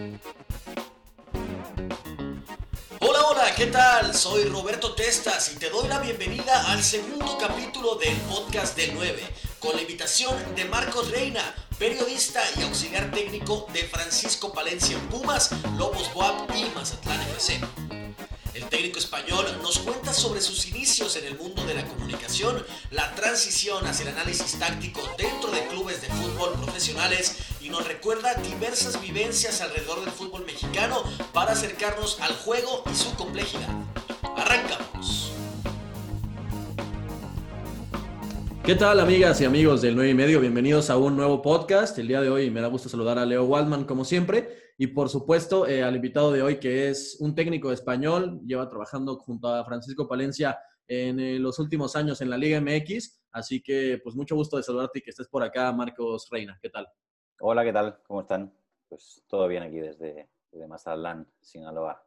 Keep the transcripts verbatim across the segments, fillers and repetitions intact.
Hola, hola, ¿qué tal? Soy Roberto Testas y te doy la bienvenida al segundo capítulo del podcast del nueve, con la invitación de Marcos Reina, periodista y auxiliar técnico de Francisco Palencia en Pumas, Lobos B U A P y Mazatlán F C. El técnico español nos cuenta sobre sus inicios en el mundo de la comunicación, la transición hacia el análisis táctico dentro de clubes de fútbol profesionales y nos recuerda diversas vivencias alrededor del fútbol mexicano para acercarnos al juego y su complejidad. ¡Arrancamos! ¿Qué tal, amigas y amigos del nueve y medio? Bienvenidos a un nuevo podcast. El día de hoy me da gusto saludar a Leo Waldman como siempre y por supuesto eh, al invitado de hoy, que es un técnico español, lleva trabajando junto a Francisco Palencia en eh, los últimos años en la Liga M X, así que pues mucho gusto de saludarte y que estés por acá, Marcos Reina. ¿Qué tal? Hola, ¿qué tal? ¿Cómo están? Pues todo bien aquí desde, desde Mazatlán, Sinaloa.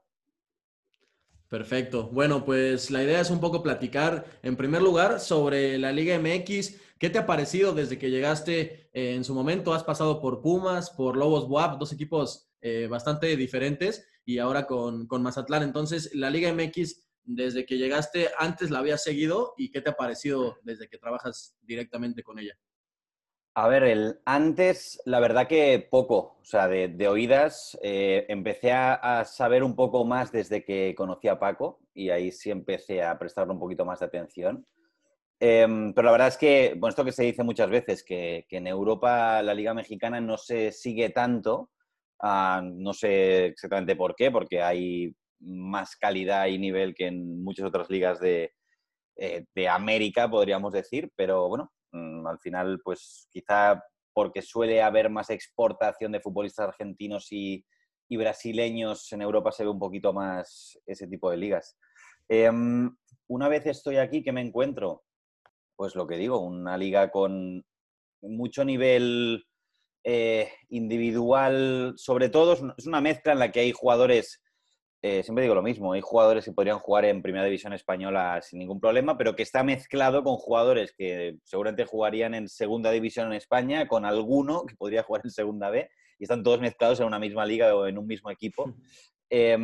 Perfecto. Bueno, pues la idea es un poco platicar, en primer lugar, sobre la Liga M X. ¿Qué te ha parecido desde que llegaste eh, en su momento? Has pasado por Pumas, por Lobos B U A P, dos equipos eh, bastante diferentes, y ahora con, con Mazatlán. Entonces, la Liga M X, desde que llegaste, ¿antes la habías seguido? ¿Y qué te ha parecido desde que trabajas directamente con ella? A ver, el antes, la verdad que poco, o sea, de, de oídas, eh, empecé a, a saber un poco más desde que conocí a Paco y ahí sí empecé a prestarle un poquito más de atención. Eh, pero la verdad es que, bueno, esto que se dice muchas veces, que, que en Europa la Liga Mexicana no se sigue tanto, uh, no sé exactamente por qué, porque hay más calidad y nivel que en muchas otras ligas de, eh, de América, podríamos decir, pero bueno, mmm, al final, pues quizá porque suele haber más exportación de futbolistas argentinos y, y brasileños, en Europa se ve un poquito más ese tipo de ligas. Eh, una vez estoy aquí, ¿qué me encuentro? Pues lo que digo, una liga con mucho nivel eh, individual, sobre todo es una mezcla en la que hay jugadores, eh, siempre digo lo mismo, hay jugadores que podrían jugar en Primera División Española sin ningún problema, pero que está mezclado con jugadores que seguramente jugarían en Segunda División en España, con alguno que podría jugar en Segunda B, y están todos mezclados en una misma liga o en un mismo equipo. Eh,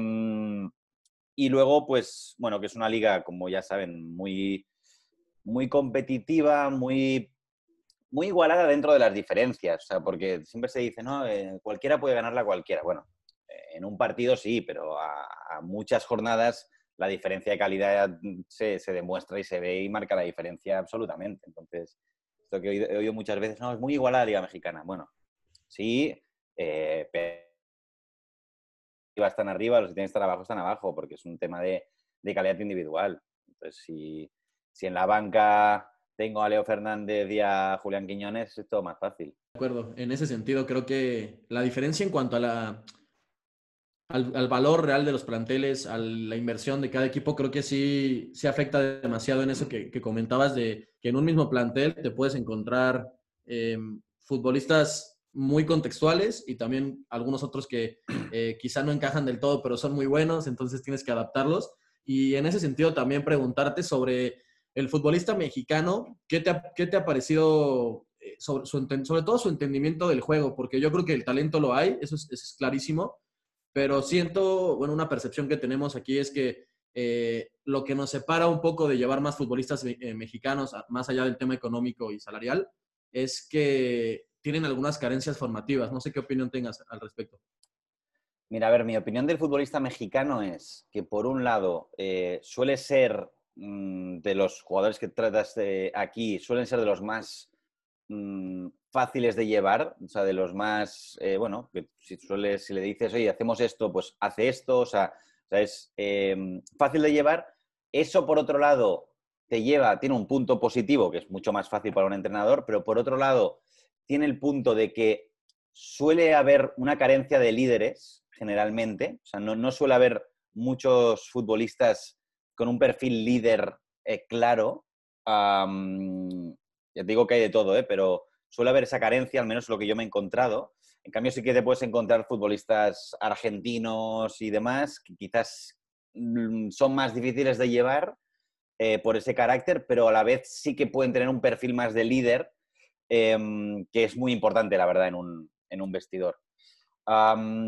y luego, pues, bueno, que es una liga, como ya saben, muy, muy competitiva, muy... muy igualada dentro de las diferencias, o sea, porque siempre se dice, no, eh, cualquiera puede ganarla a cualquiera. Bueno, eh, en un partido sí, pero a, a muchas jornadas la diferencia de calidad se, se demuestra y se ve y marca la diferencia absolutamente. Entonces, esto que he oído, he oído muchas veces, no, es muy igualada la Liga Mexicana. Bueno, sí, eh, pero están arriba, los que tienen que estar abajo están abajo, porque es un tema de, de calidad individual. Entonces, si, si en la banca tengo a Leo Fernández y a Julián Quiñones, es todo más fácil. De acuerdo. En ese sentido, creo que la diferencia en cuanto a la... Al, al valor real de los planteles, a la inversión de cada equipo, creo que sí, sí afecta demasiado en eso que, que comentabas de que en un mismo plantel te puedes encontrar eh, futbolistas muy contextuales y también algunos otros que eh, quizá no encajan del todo, pero son muy buenos, entonces tienes que adaptarlos. Y en ese sentido también preguntarte sobre el futbolista mexicano, ¿qué te ha, qué te ha parecido eh, sobre, su, sobre todo su entendimiento del juego? Porque yo creo que el talento lo hay, eso es, eso es clarísimo, pero siento, bueno, una percepción que tenemos aquí es que eh, lo que nos separa un poco de llevar más futbolistas eh, mexicanos, más allá del tema económico y salarial, es que tienen algunas carencias formativas. No sé qué opinión tengas al respecto. Mira, a ver, mi opinión del futbolista mexicano es que, por un lado, eh, suele ser mmm, de los jugadores que tratas de aquí, suelen ser de los más mmm, fáciles de llevar, o sea, de los más, eh, bueno, que si, suele, si le dices, oye, hacemos esto, pues hace esto, o sea, o sea es eh, fácil de llevar. Eso, por otro lado, te lleva, tiene un punto positivo, que es mucho más fácil para un entrenador, pero por otro lado, tiene el punto de que suele haber una carencia de líderes, generalmente, o sea, no, no suele haber muchos futbolistas con un perfil líder eh, claro. Um, ya te digo que hay de todo, ¿eh? Pero suele haber esa carencia, al menos lo que yo me he encontrado. En cambio, sí que te puedes encontrar futbolistas argentinos y demás que quizás mm, son más difíciles de llevar eh, por ese carácter, pero a la vez sí que pueden tener un perfil más de líder, eh, que es muy importante, la verdad, en un, en un vestidor. Um,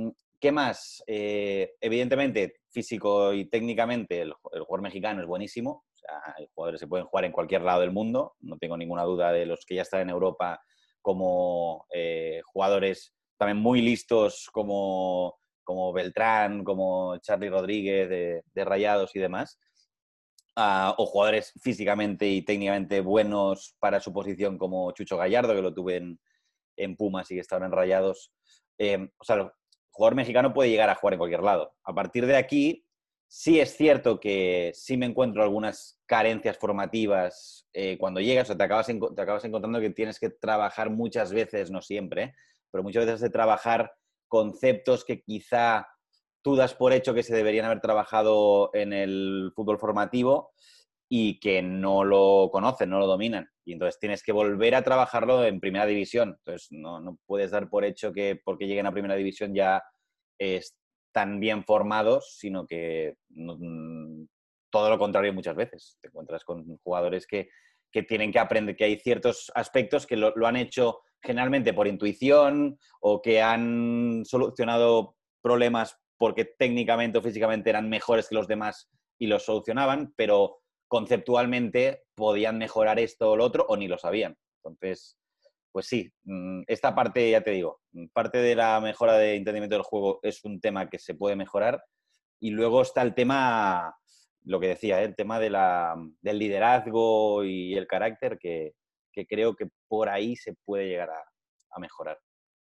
¿qué más? Eh, evidentemente, físico y técnicamente, el, el jugador mexicano es buenísimo. O sea, hay jugadores que pueden jugar en cualquier lado del mundo. No tengo ninguna duda de los que ya están en Europa como eh, jugadores también muy listos como, como Beltrán, como Charly Rodríguez de, de Rayados y demás. Uh, o jugadores físicamente y técnicamente buenos para su posición como Chucho Gallardo, que lo tuve en, en Pumas y que estaban en Rayados. Eh, o sea, el jugador mexicano puede llegar a jugar en cualquier lado. A partir de aquí, sí es cierto que sí me encuentro algunas carencias formativas eh, cuando llegas, o sea, te acabas, te acabas encontrando que tienes que trabajar muchas veces, no siempre, ¿eh? pero muchas veces de trabajar conceptos que quizá tú das por hecho que se deberían haber trabajado en el fútbol formativo y que no lo conocen, no lo dominan. Y entonces tienes que volver a trabajarlo en primera división. Entonces no, no puedes dar por hecho que porque lleguen a primera división ya están bien formados, sino que no, todo lo contrario muchas veces. Te encuentras con jugadores que, que tienen que aprender, que hay ciertos aspectos que lo, lo han hecho generalmente por intuición o que han solucionado problemas porque técnicamente o físicamente eran mejores que los demás y los solucionaban, pero conceptualmente podían mejorar esto o lo otro o ni lo sabían. Entonces, pues sí, esta parte, ya te digo, parte de la mejora de entendimiento del juego es un tema que se puede mejorar y luego está el tema, lo que decía, ¿eh? el tema de la, del liderazgo y el carácter que, que creo que por ahí se puede llegar a, a mejorar.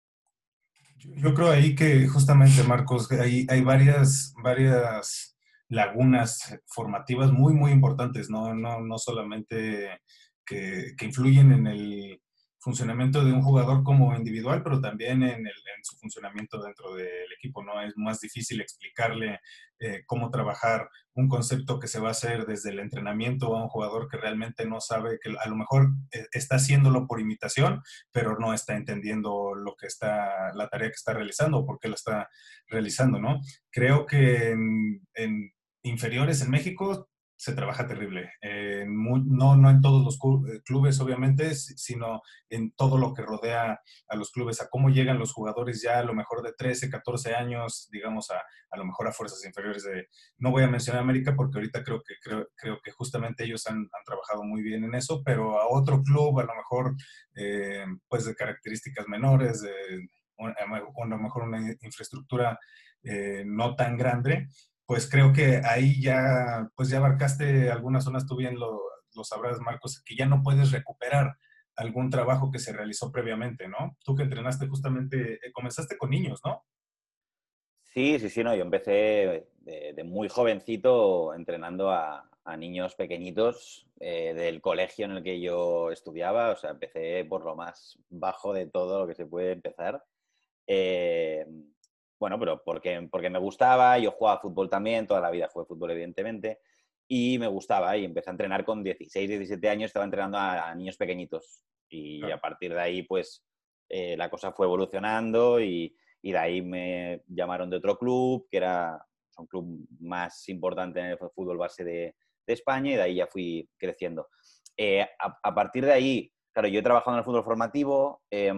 Yo creo ahí que justamente, Marcos, hay, hay varias, varias lagunas formativas muy, muy importantes, no, no, no solamente que, que influyen en el funcionamiento de un jugador como individual, pero también en, el, en su funcionamiento dentro del equipo, ¿no? Es más difícil explicarle eh, cómo trabajar un concepto que se va a hacer desde el entrenamiento a un jugador que realmente no sabe, que a lo mejor está haciéndolo por imitación, pero no está entendiendo lo que está, la tarea que está realizando o por qué la está realizando, ¿no? Creo que en, en inferiores en México se trabaja terrible. Eh, muy, no, no en todos los clubes, obviamente, sino en todo lo que rodea a los clubes, a cómo llegan los jugadores ya a lo mejor de trece, catorce años, digamos, a, a lo mejor a fuerzas inferiores de... No voy a mencionar América porque ahorita creo que, creo, creo que justamente ellos han, han trabajado muy bien en eso, pero a otro club, a lo mejor, eh, pues de características menores, de, o a lo mejor una infraestructura eh, no tan grande, pues creo que ahí ya, pues ya abarcaste algunas zonas, tú bien lo, lo sabrás, Marcos, que ya no puedes recuperar algún trabajo que se realizó previamente, ¿no? Tú que entrenaste justamente, eh, comenzaste con niños, ¿no? Sí, sí, sí, no, yo empecé de, de muy jovencito entrenando a, a niños pequeñitos eh, del colegio en el que yo estudiaba, o sea, empecé por lo más bajo de todo lo que se puede empezar. Eh, Bueno, pero porque, porque me gustaba, yo jugaba fútbol también, toda la vida jugué fútbol evidentemente, y me gustaba y empecé a entrenar con dieciséis, diecisiete años, estaba entrenando a, a niños pequeñitos y claro. A partir de ahí pues eh, la cosa fue evolucionando y, y de ahí me llamaron de otro club, que era un club más importante en el fútbol base de, de España y de ahí ya fui creciendo. Eh, a, a partir de ahí, claro, yo he trabajado en el fútbol formativo, eh,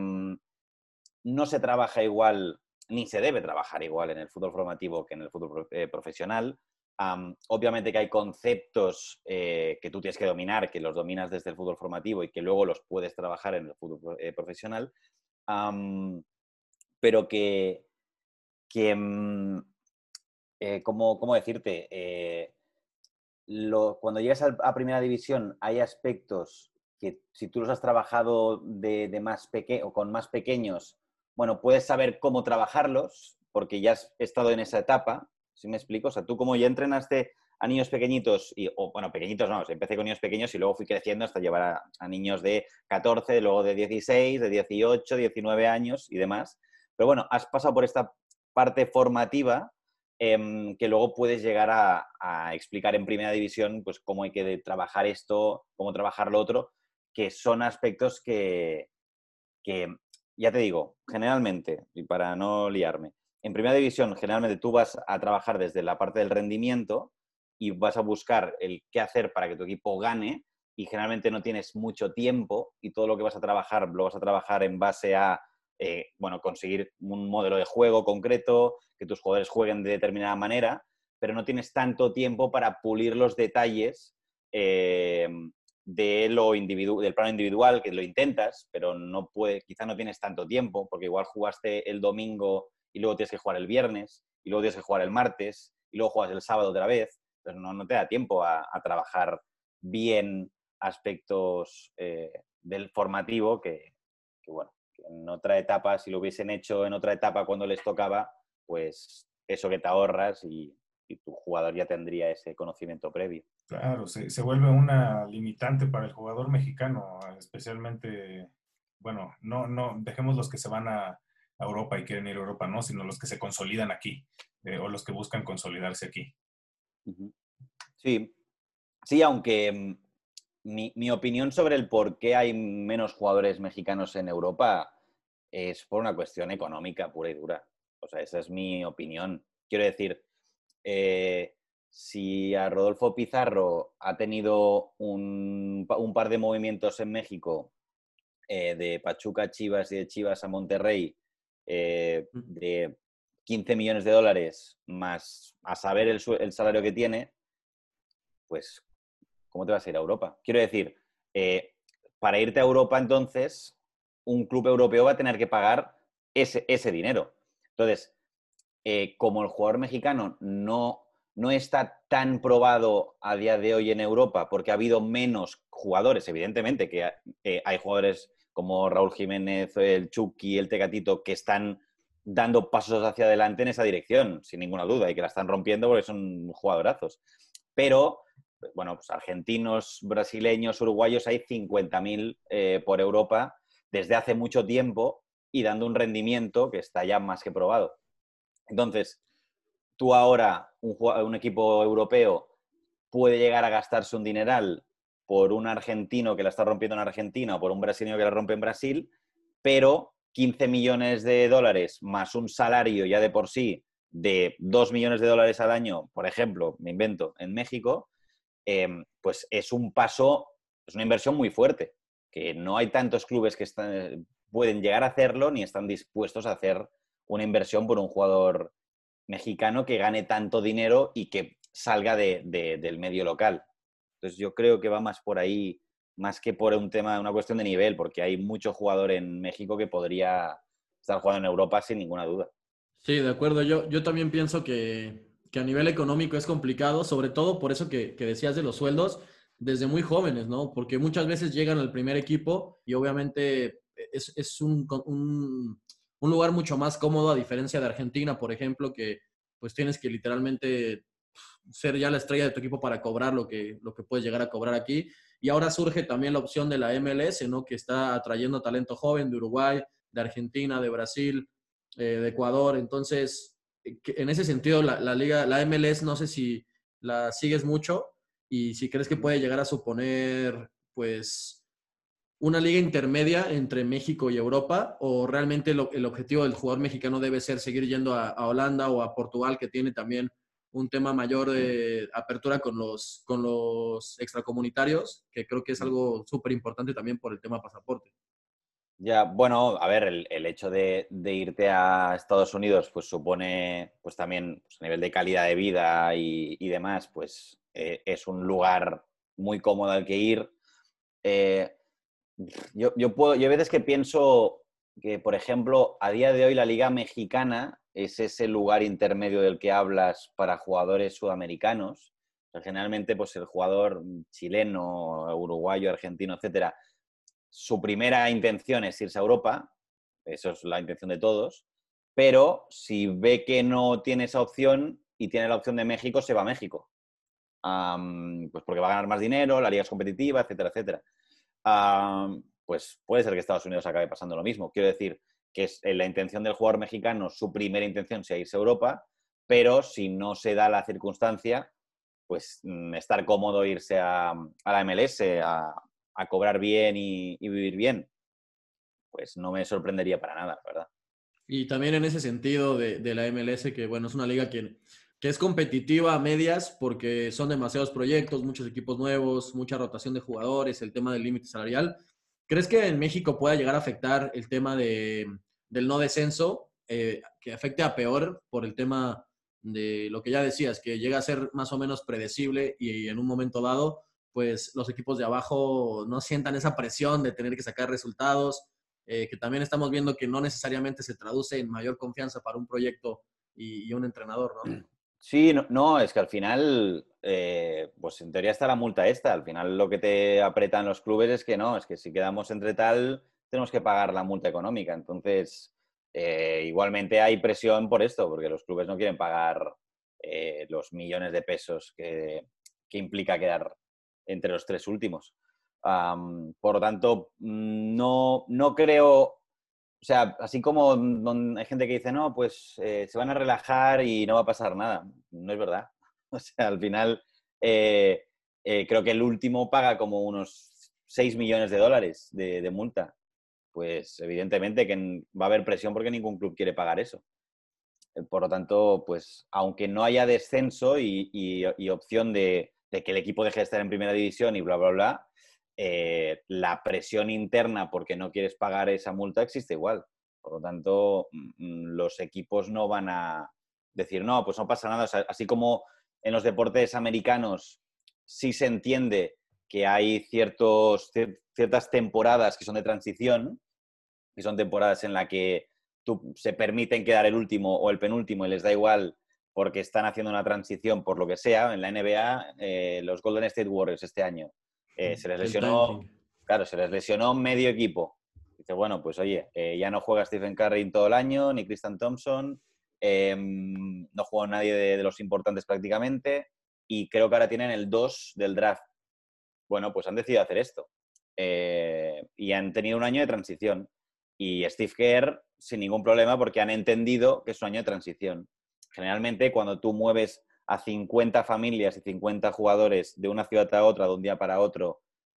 no se trabaja igual ni se debe trabajar igual en el fútbol formativo que en el fútbol eh, profesional. Um, obviamente que hay conceptos eh, que tú tienes que dominar, que los dominas desde el fútbol formativo y que luego los puedes trabajar en el fútbol eh, profesional, um, pero que, que um, eh, ¿cómo, cómo decirte? Eh, lo, cuando llegas a, a primera división hay aspectos que si tú los has trabajado de, de más peque- o con más pequeños, bueno, puedes saber cómo trabajarlos porque ya has estado en esa etapa, ¿sí me explico? O sea, tú como ya entrenaste a niños pequeñitos, y, o bueno, pequeñitos no, o sea, empecé con niños pequeños y luego fui creciendo hasta llevar a, a niños de catorce, luego de dieciséis, de dieciocho, diecinueve años y demás. Pero bueno, has pasado por esta parte formativa eh, que luego puedes llegar a, a explicar en primera división pues cómo hay que trabajar esto, cómo trabajar lo otro, que son aspectos que... que ya te digo, generalmente, y para no liarme, en primera división generalmente tú vas a trabajar desde la parte del rendimiento y vas a buscar el qué hacer para que tu equipo gane y generalmente no tienes mucho tiempo y todo lo que vas a trabajar lo vas a trabajar en base a eh, bueno, conseguir un modelo de juego concreto, que tus jugadores jueguen de determinada manera, pero no tienes tanto tiempo para pulir los detalles eh, de lo individu- del plano individual, que lo intentas, pero no puede, quizá no tienes tanto tiempo, porque igual jugaste el domingo y luego tienes que jugar el viernes, y luego tienes que jugar el martes, y luego juegas el sábado otra vez, pero no, no te da tiempo a, a trabajar bien aspectos eh, del formativo que, que, bueno, que en otra etapa, si lo hubiesen hecho en otra etapa cuando les tocaba, pues eso que te ahorras y, y tu jugador ya tendría ese conocimiento previo. Claro, se, se vuelve una limitante para el jugador mexicano, especialmente, bueno, no, no, dejemos los que se van a, a Europa y quieren ir a Europa, no, sino los que se consolidan aquí, eh, o los que buscan consolidarse aquí. Sí, sí, aunque mm, mi, mi opinión sobre el por qué hay menos jugadores mexicanos en Europa es por una cuestión económica pura y dura. O sea, esa es mi opinión. Quiero decir, eh, si a Rodolfo Pizarro ha tenido un, un par de movimientos en México, eh, de Pachuca a Chivas y de Chivas a Monterrey, eh, de quince millones de dólares, más a saber el, el salario que tiene, pues, ¿cómo te vas a ir a Europa? Quiero decir, eh, para irte a Europa, entonces, un club europeo va a tener que pagar ese, ese dinero. Entonces, eh, como el jugador mexicano no, no está tan probado a día de hoy en Europa, porque ha habido menos jugadores, evidentemente, que eh, hay jugadores como Raúl Jiménez, el Chucky, el Tecatito, que están dando pasos hacia adelante en esa dirección, sin ninguna duda, y que la están rompiendo porque son jugadorazos. Pero, bueno, pues argentinos, brasileños, uruguayos, hay cincuenta mil eh, por Europa desde hace mucho tiempo y dando un rendimiento que está ya más que probado. Entonces, tú ahora, un, un equipo europeo puede llegar a gastarse un dineral por un argentino que la está rompiendo en Argentina o por un brasileño que la rompe en Brasil, pero quince millones de dólares más un salario ya de por sí de dos millones de dólares al año, por ejemplo, me invento, en México, eh, pues es un paso, es una inversión muy fuerte, que no hay tantos clubes que están, pueden llegar a hacerlo ni están dispuestos a hacer una inversión por un jugador mexicano que gane tanto dinero y que salga de, de, del medio local. Entonces yo creo que va más por ahí, más que por un tema, una cuestión de nivel, porque hay mucho jugador en México que podría estar jugando en Europa sin ninguna duda. Sí, de acuerdo. Yo, yo también pienso que, que a nivel económico es complicado, sobre todo por eso que, que decías de los sueldos desde muy jóvenes, ¿no? Porque muchas veces llegan al primer equipo y obviamente es, es un, un, un lugar mucho más cómodo a diferencia de Argentina, por ejemplo, que pues tienes que literalmente ser ya la estrella de tu equipo para cobrar lo que, lo que puedes llegar a cobrar aquí. Y ahora surge también la opción de la M L S, ¿no? Que está atrayendo talento joven de Uruguay, de Argentina, de Brasil, eh, de Ecuador. Entonces, en ese sentido, la, la liga, la M L S, no sé si la sigues mucho y si crees que puede llegar a suponer, pues, una liga intermedia entre México y Europa, o realmente lo, el objetivo del jugador mexicano debe ser seguir yendo a, a Holanda o a Portugal, que tiene también un tema mayor de apertura con los, con los extracomunitarios, que creo que es algo súper importante también por el tema pasaporte. Ya, bueno, a ver, el, el hecho de, de irte a Estados Unidos pues supone pues también pues, a nivel de calidad de vida y, y demás, pues eh, es un lugar muy cómodo al que ir. Eh, yo, yo, puedo, yo a veces que pienso que, por ejemplo, a día de hoy la Liga Mexicana es ese lugar intermedio del que hablas para jugadores sudamericanos. O sea, generalmente, pues el jugador chileno, uruguayo, argentino, etcétera, su primera intención es irse a Europa, eso es la intención de todos, pero si ve que no tiene esa opción y tiene la opción de México, se va a México. Um, pues porque va a ganar más dinero, la liga es competitiva, etcétera, etcétera. Um, pues puede ser que Estados Unidos acabe pasando lo mismo. Quiero decir que es la intención del jugador mexicano, su primera intención sea irse a Europa, pero si no se da la circunstancia, pues estar cómodo, irse a, a la M L S, a, a cobrar bien y, y vivir bien, pues no me sorprendería para nada, ¿verdad? Y también en ese sentido de, de la M L S, que bueno, es una liga que, que es competitiva a medias porque son demasiados proyectos, muchos equipos nuevos, mucha rotación de jugadores, el tema del límite salarial. ¿Crees que en México pueda llegar a afectar el tema de, del no descenso, eh, que afecte a peor por el tema de lo que ya decías, que llega a ser más o menos predecible y en un momento dado, pues los equipos de abajo no sientan esa presión de tener que sacar resultados, eh, que también estamos viendo que no necesariamente se traduce en mayor confianza para un proyecto y, y un entrenador, ¿no? Sí, no, no, es que al final, eh, pues en teoría está la multa esta. Al final lo que te apretan los clubes es que no, es que si quedamos entre tal, tenemos que pagar la multa económica. Entonces, eh, igualmente hay presión por esto, porque los clubes no quieren pagar eh, los millones de pesos que, que implica quedar entre los tres últimos. Um, por lo tanto, no, no creo... O sea, así como hay gente que dice, no, pues eh, se van a relajar y no va a pasar nada. No es verdad. O sea, al final eh, eh, creo que el último paga como unos seis millones de dólares de, de multa. Pues evidentemente que va a haber presión porque ningún club quiere pagar eso. Por lo tanto, pues aunque no haya descenso y, y, y opción de, de que el equipo deje de estar en primera división y bla, bla, bla, Eh, la presión interna porque no quieres pagar esa multa existe igual. Por lo tanto, los equipos no van a decir, no, pues no pasa nada. O sea, así como en los deportes americanos sí se entiende que hay ciertos, ciertas temporadas que son de transición, que son temporadas en las que tú, se permiten quedar el último o el penúltimo y les da igual porque están haciendo una transición por lo que sea. En la N B A, eh, los Golden State Warriors este año, Eh, se les lesionó, claro, se les lesionó medio equipo. Dice, bueno, pues oye, eh, ya no juega Stephen Curry en todo el año, ni Tristan Thompson, eh, no juega nadie de, de los importantes prácticamente, y creo que ahora tienen el dos del draft. Bueno, pues han decidido hacer esto. Eh, y han tenido un año de transición. Y Steve Kerr, sin ningún problema, porque han entendido que es un año de transición. Generalmente, cuando tú mueves a cincuenta familias y cincuenta jugadores de una ciudad a otra, de un día para otro,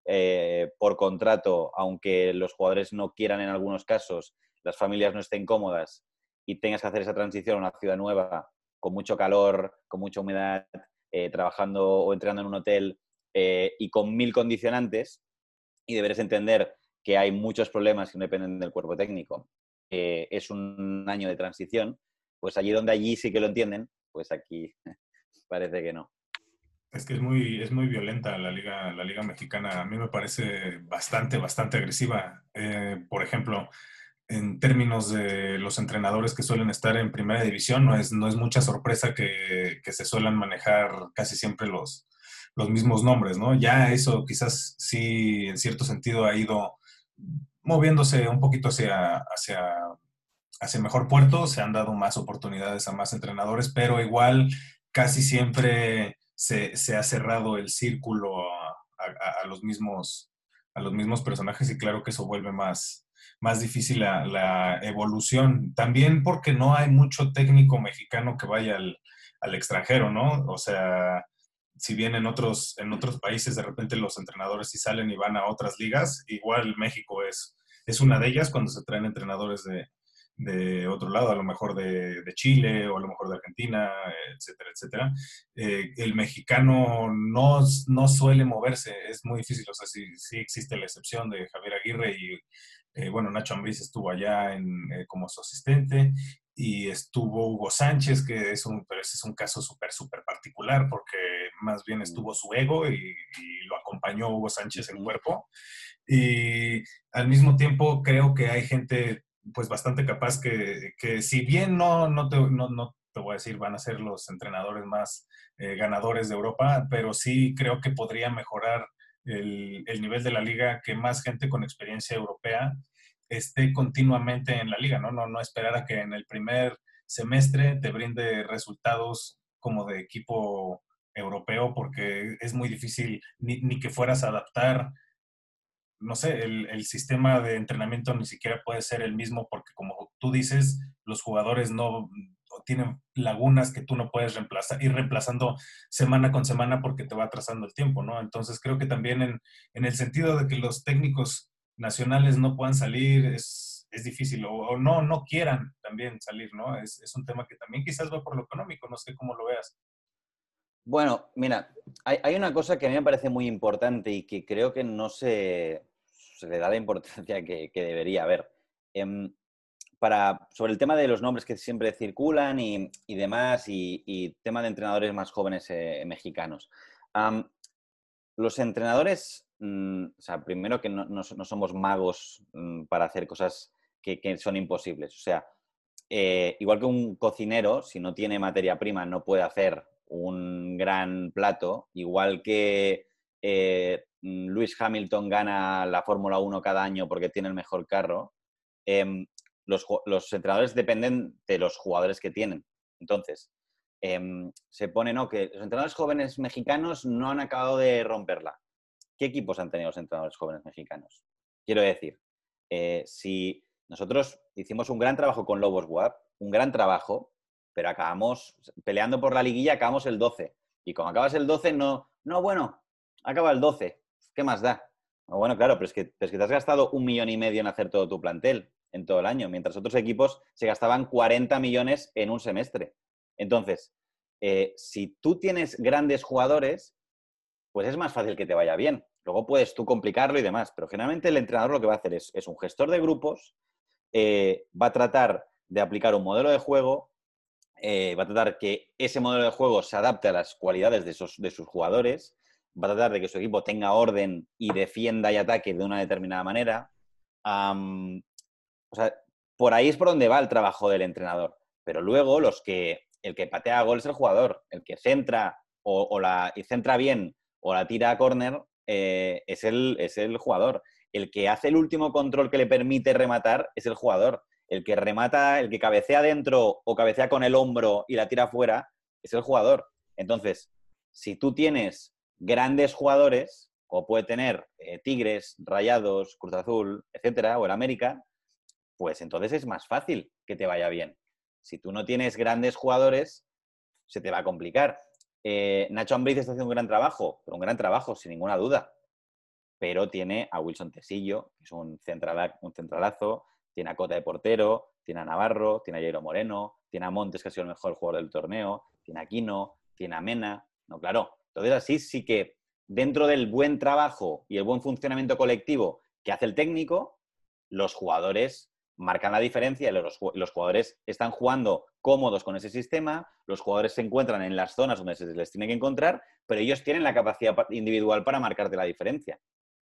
eh, por contrato, aunque los jugadores no quieran en algunos casos, las familias no estén cómodas y tengas que hacer esa transición a una ciudad nueva, con mucho calor, con mucha humedad, eh, trabajando o entrenando en un hotel eh, y con mil condicionantes, y deberes entender que hay muchos problemas que no dependen del cuerpo técnico, eh, es un año de transición, pues allí donde allí sí que lo entienden, pues aquí parece que no. Es que es muy, es muy violenta la liga, la liga mexicana. A mí me parece bastante, bastante agresiva. Eh, por ejemplo, en términos de los entrenadores que suelen estar en primera división, no es, no es mucha sorpresa que, que se suelan manejar casi siempre los, los mismos nombres, ¿no? Ya eso quizás sí, en cierto sentido, ha ido moviéndose un poquito hacia, hacia, hacia mejor puerto. Se han dado más oportunidades a más entrenadores, pero igual casi siempre se, se ha cerrado el círculo a, a, a, los mismos, a los mismos personajes, y claro que eso vuelve más, más difícil la, la evolución. También porque no hay mucho técnico mexicano que vaya al, al extranjero, ¿no? O sea, si bien en otros, en otros países de repente los entrenadores sí salen y van a otras ligas, igual México es, es una de ellas cuando se traen entrenadores de, de otro lado, a lo mejor de, de Chile o a lo mejor de Argentina, etcétera, etcétera. Eh, el mexicano no, no suele moverse, es muy difícil. O sea, sí, sí existe la excepción de Javier Aguirre y, eh, bueno, Nacho Ambriz estuvo allá en, eh, como su asistente, y estuvo Hugo Sánchez, que es un, pero ese es un caso súper, súper particular, porque más bien estuvo su ego y, y lo acompañó Hugo Sánchez en cuerpo. Y al mismo tiempo creo que hay gente pues bastante capaz que, que si bien no, no, te, no, no te voy a decir van a ser los entrenadores más eh, ganadores de Europa, pero sí creo que podría mejorar el, el nivel de la liga, que más gente con experiencia europea esté continuamente en la liga, ¿no? No, no esperar a que en el primer semestre te brinde resultados como de equipo europeo, porque es muy difícil ni, ni que fueras a adaptar, no sé, el, el sistema de entrenamiento ni siquiera puede ser el mismo, porque como tú dices, los jugadores no tienen lagunas que tú no puedes reemplazar, ir reemplazando semana con semana porque te va atrasando el tiempo, ¿no? Entonces creo que también en, en el sentido de que los técnicos nacionales no puedan salir, es, es difícil, o, o no, no quieran también salir, ¿no? Es, es un tema que también quizás va por lo económico, no sé cómo lo veas. Bueno, mira, hay, hay una cosa que a mí me parece muy importante y que creo que no se, se le da la importancia que, que debería haber. Eh, para, sobre el tema de los nombres que siempre circulan y, y demás, y, y tema de entrenadores más jóvenes eh, mexicanos. Um, los entrenadores, mm, o sea, primero que no, no, no somos magos mm, para hacer cosas que, que son imposibles. O sea, eh, igual que un cocinero, si no tiene materia prima, no puede hacer un gran plato, igual que eh, Lewis Hamilton gana la Fórmula uno cada año porque tiene el mejor carro. Eh, Los, los entrenadores dependen de los jugadores que tienen. Entonces, eh, se pone, ¿no?, que los entrenadores jóvenes mexicanos no han acabado de romperla. ¿Qué equipos han tenido los entrenadores jóvenes mexicanos? Quiero decir, eh, si nosotros hicimos un gran trabajo con Lobos W A P, un gran trabajo, pero acabamos peleando por la liguilla, acabamos el doce. Y como acabas el doce, no, no, bueno, acaba el doce. ¿Qué más da? No, bueno, claro, pero es, que, pero es que te has gastado un millón y medio en hacer todo tu plantel en todo el año, mientras otros equipos se gastaban cuarenta millones en un semestre. Entonces, eh, si tú tienes grandes jugadores, pues es más fácil que te vaya bien. Luego puedes tú complicarlo y demás, pero generalmente el entrenador lo que va a hacer es, es un gestor de grupos, eh, va a tratar de aplicar un modelo de juego, eh, va a tratar que ese modelo de juego se adapte a las cualidades de, esos, de sus jugadores, va a tratar de que su equipo tenga orden y defienda y ataque de una determinada manera. Um, O sea, por ahí es por donde va el trabajo del entrenador. Pero luego los que, el que patea a gol es el jugador. El que centra o, o la y centra bien o la tira a córner eh, es, el, es el jugador. El que hace el último control que le permite rematar es el jugador. El que remata, el que cabecea dentro o cabecea con el hombro y la tira fuera es el jugador. Entonces, si tú tienes grandes jugadores, como puede tener eh, Tigres, Rayados, Cruz Azul, etcétera, o el América, pues entonces es más fácil que te vaya bien. Si tú no tienes grandes jugadores, se te va a complicar. Eh, Nacho Ambriz está haciendo un gran trabajo, pero un gran trabajo, sin ninguna duda. Pero tiene a Wilson Tesillo, que es un, central, un centralazo, tiene a Cota de portero, tiene a Navarro, tiene a Jairo Moreno, tiene a Montes, que ha sido el mejor jugador del torneo, tiene a Quino, tiene a Mena. No, claro. Entonces así sí que dentro del buen trabajo y el buen funcionamiento colectivo que hace el técnico, los jugadores marcan la diferencia, los, los jugadores están jugando cómodos con ese sistema, los jugadores se encuentran en las zonas donde se les tiene que encontrar, pero ellos tienen la capacidad individual para marcarte la diferencia.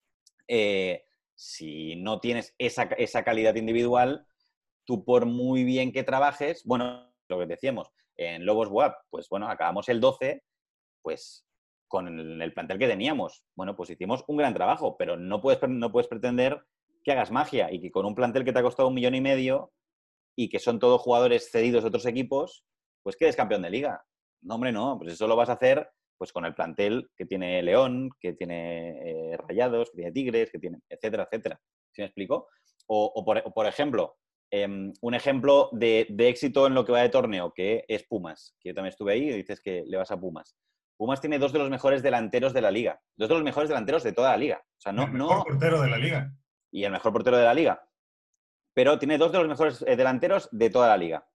Eh, si no tienes esa, esa calidad individual, tú por muy bien que trabajes, bueno, lo que decíamos, en Lobos W A P, pues bueno, acabamos el doce, pues con el, el plantel que teníamos. Bueno, pues hicimos un gran trabajo, pero no puedes, no puedes pretender que hagas magia y que con un plantel que te ha costado un millón y medio y que son todos jugadores cedidos de otros equipos, pues quedes campeón de liga. No, hombre, no. Pues eso lo vas a hacer pues con el plantel que tiene León, que tiene eh, Rayados, que tiene Tigres, que tiene etcétera, etcétera. ¿Sí me explico? O, o, por, o por ejemplo, eh, un ejemplo de, de éxito en lo que va de torneo, que es Pumas, que yo también estuve ahí y dices que le vas a Pumas. Pumas tiene dos de los mejores delanteros de la liga. Dos de los mejores delanteros de toda la liga. O sea, no, el mejor no... portero de la liga. Y el mejor portero de la liga. Pero tiene dos de los mejores eh, delanteros de toda la liga.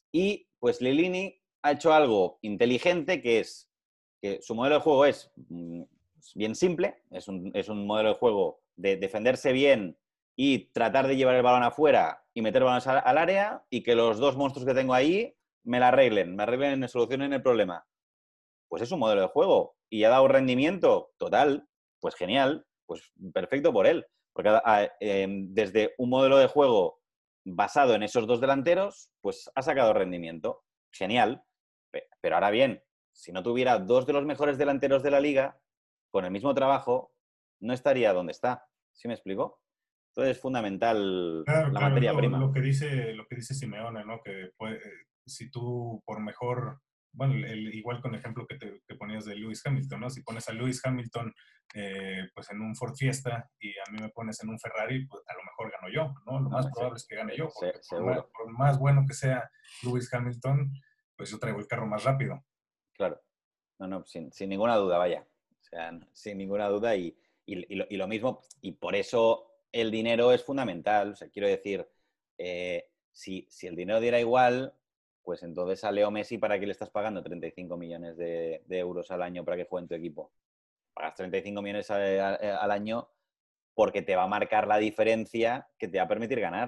Y pues Lilini ha hecho algo inteligente, que es que su modelo de juego es mm, bien simple, es un, es un modelo de juego de defenderse bien y tratar de llevar el balón afuera y meter balones al, al área y que los dos monstruos que tengo ahí me la arreglen, me arreglen, me solucionen el problema. Pues es un modelo de juego y ha dado rendimiento total, pues genial, pues perfecto por él. Porque eh, desde un modelo de juego basado en esos dos delanteros, pues ha sacado rendimiento. Genial. Pero ahora bien, si no tuviera dos de los mejores delanteros de la liga, con el mismo trabajo, no estaría donde está. ¿Sí me explico? Entonces es fundamental claro, la claro, materia lo, prima. Lo que dice, lo que dice Simeone, ¿no? Que puede, si tú por mejor, bueno, el, igual con el ejemplo que te que ponías de Lewis Hamilton, ¿no? Si pones a Lewis Hamilton eh, pues en un Ford Fiesta y a mí me pones en un Ferrari, pues a lo mejor gano yo, ¿no? Lo más No, probable es que gane yo, porque se, por más, por más bueno que sea Lewis Hamilton, pues yo traigo el carro más rápido. Claro. No, no, sin, sin ninguna duda, vaya. O sea, sin ninguna duda y, y, y, lo, y lo mismo, y por eso el dinero es fundamental. O sea, quiero decir, eh, si, si el dinero diera igual, pues entonces a Leo Messi, ¿para qué le estás pagando treinta y cinco millones de, de euros al año para que juegue en tu equipo? Pagas treinta y cinco millones a, a, al año porque te va a marcar la diferencia que te va a permitir ganar.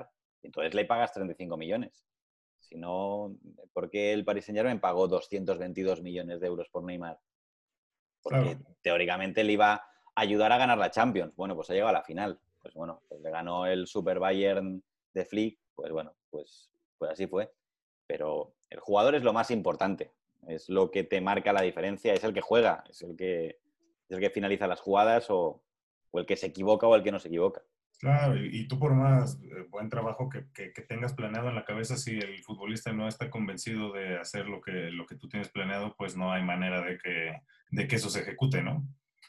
Entonces le pagas treinta y cinco millones. Si no, ¿por qué el Paris Saint-Germain pagó doscientos veintidós millones de euros por Neymar? Porque Claro. teóricamente le iba a ayudar a ganar la Champions. Bueno, pues ha llegado a la final. Pues bueno, pues le ganó el Super Bayern de Flick. Pues bueno, pues, pues así fue. Pero el jugador es lo más importante. Es lo que te marca la diferencia. Es el que juega. Es el que, es el que finaliza las jugadas o, o el que se equivoca o el que no se equivoca. Claro, y, y tú por más eh, buen trabajo que, que, que tengas planeado en la cabeza, si el futbolista no está convencido de hacer lo que, lo que tú tienes planeado, pues no hay manera de que, de que eso se ejecute, ¿no?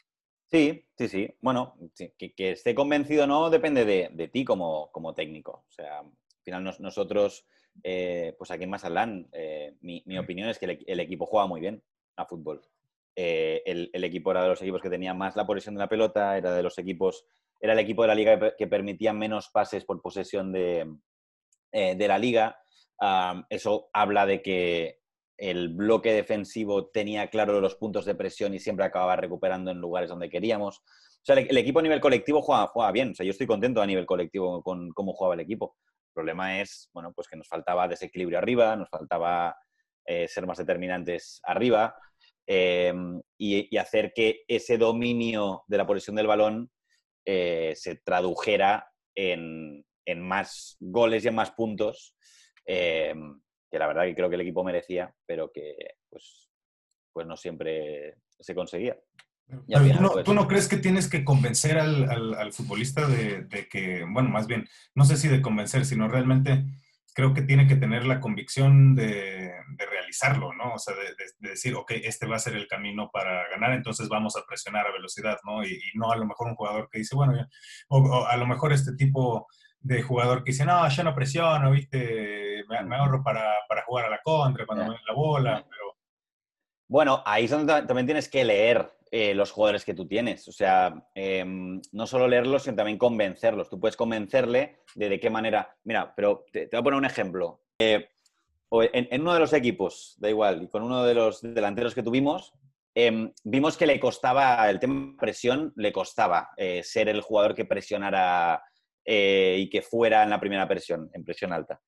Sí, sí, sí. Bueno, sí, que, que esté convencido o no depende de, de ti como, como técnico. O sea, al final nos, nosotros, eh, pues aquí en Mazatlán, eh, mi, mi opinión es que el, el equipo juega muy bien a fútbol. Eh, el, el equipo era de los equipos que tenía más la posesión de la pelota, era de los equipos, era el equipo de la liga que, que permitía menos pases por posesión de, eh, de la liga. Um, eso habla de que el bloque defensivo tenía claro los puntos de presión y siempre acababa recuperando en lugares donde queríamos. O sea, el, el equipo a nivel colectivo juega, juega bien. O sea, yo estoy contento a nivel colectivo con cómo jugaba el equipo. El problema es, bueno, pues que nos faltaba desequilibrio arriba, nos faltaba eh, ser más determinantes arriba eh, y, y hacer que ese dominio de la posesión del balón eh, se tradujera en, en más goles y en más puntos. Eh, que la verdad que creo que el equipo merecía, pero que pues, pues no siempre se conseguía. Y al Pero tú final, no, tú pues... no crees que tienes que convencer al, al, al futbolista de, de que, bueno, más bien, no sé si de convencer, sino realmente creo que tiene que tener la convicción de, de realizarlo, ¿no? O sea, de, de, de decir, ok, este va a ser el camino para ganar, entonces vamos a presionar a velocidad, ¿no? Y, y no a lo mejor un jugador que dice, bueno, ya, o, o a lo mejor este tipo de jugador que dice, no, yo no presiono, ¿viste? Me, me ahorro para, para jugar a la contra cuando Yeah. me den la bola, No. pero... Bueno, ahí es donde también tienes que leer eh, los jugadores que tú tienes. O sea, eh, no solo leerlos, sino también convencerlos. Tú puedes convencerle de de qué manera... Mira, pero te, te voy a poner un ejemplo. Eh, en, en uno de los equipos, da igual, y con uno de los delanteros que tuvimos, eh, vimos que le costaba, el tema de presión, le costaba eh, ser el jugador que presionara eh, y que fuera en la primera presión, en presión alta.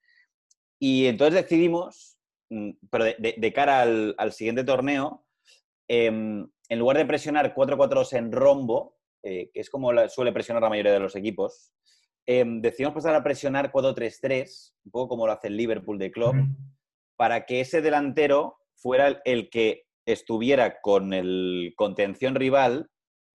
Y entonces decidimos, pero de, de, de cara al, al, siguiente torneo, eh, en lugar de presionar cuatro cuatro dos en rombo, eh, que es como la, suele presionar la mayoría de los equipos, eh, decidimos pasar a presionar cuatro tres tres, un poco como lo hace el Liverpool de Klopp, uh-huh. para que ese delantero fuera el, el que estuviera con el contención rival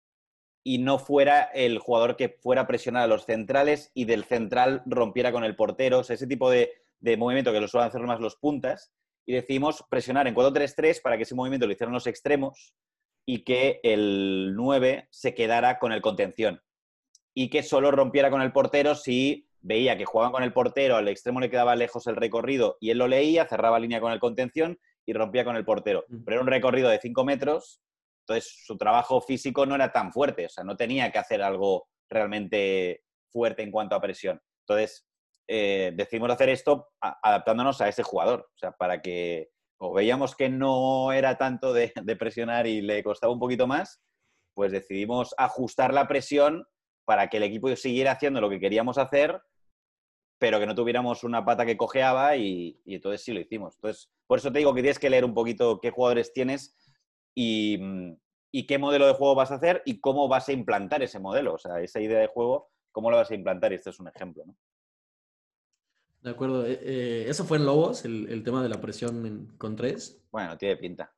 y no fuera el jugador que fuera a presionar a los centrales y del central rompiera con el portero. O sea, ese tipo de, de movimiento que lo suelen hacer más los puntas. Y decidimos presionar en cuatro tres tres para que ese movimiento lo hicieran los extremos y que el nueve se quedara con el contención. Y que solo rompiera con el portero si veía que jugaban con el portero, al extremo le quedaba lejos el recorrido y él lo leía, cerraba línea con el contención y rompía con el portero. Pero era un recorrido de cinco metros, entonces su trabajo físico no era tan fuerte, o sea, no tenía que hacer algo realmente fuerte en cuanto a presión. Entonces, eh, decidimos hacer esto a, adaptándonos a ese jugador, o sea, para que, o veíamos que no era tanto de, de presionar y le costaba un poquito más, pues decidimos ajustar la presión para que el equipo siguiera haciendo lo que queríamos hacer, pero que no tuviéramos una pata que cojeaba y, y entonces sí lo hicimos. Entonces, por eso te digo que tienes que leer un poquito qué jugadores tienes y, y qué modelo de juego vas a hacer y cómo vas a implantar ese modelo. O sea, esa idea de juego, cómo lo vas a implantar. Y este es un ejemplo, ¿no? De acuerdo. Eh, eh, ¿Eso fue en Lobos, el, el tema de la presión en, con tres? Bueno, tiene pinta.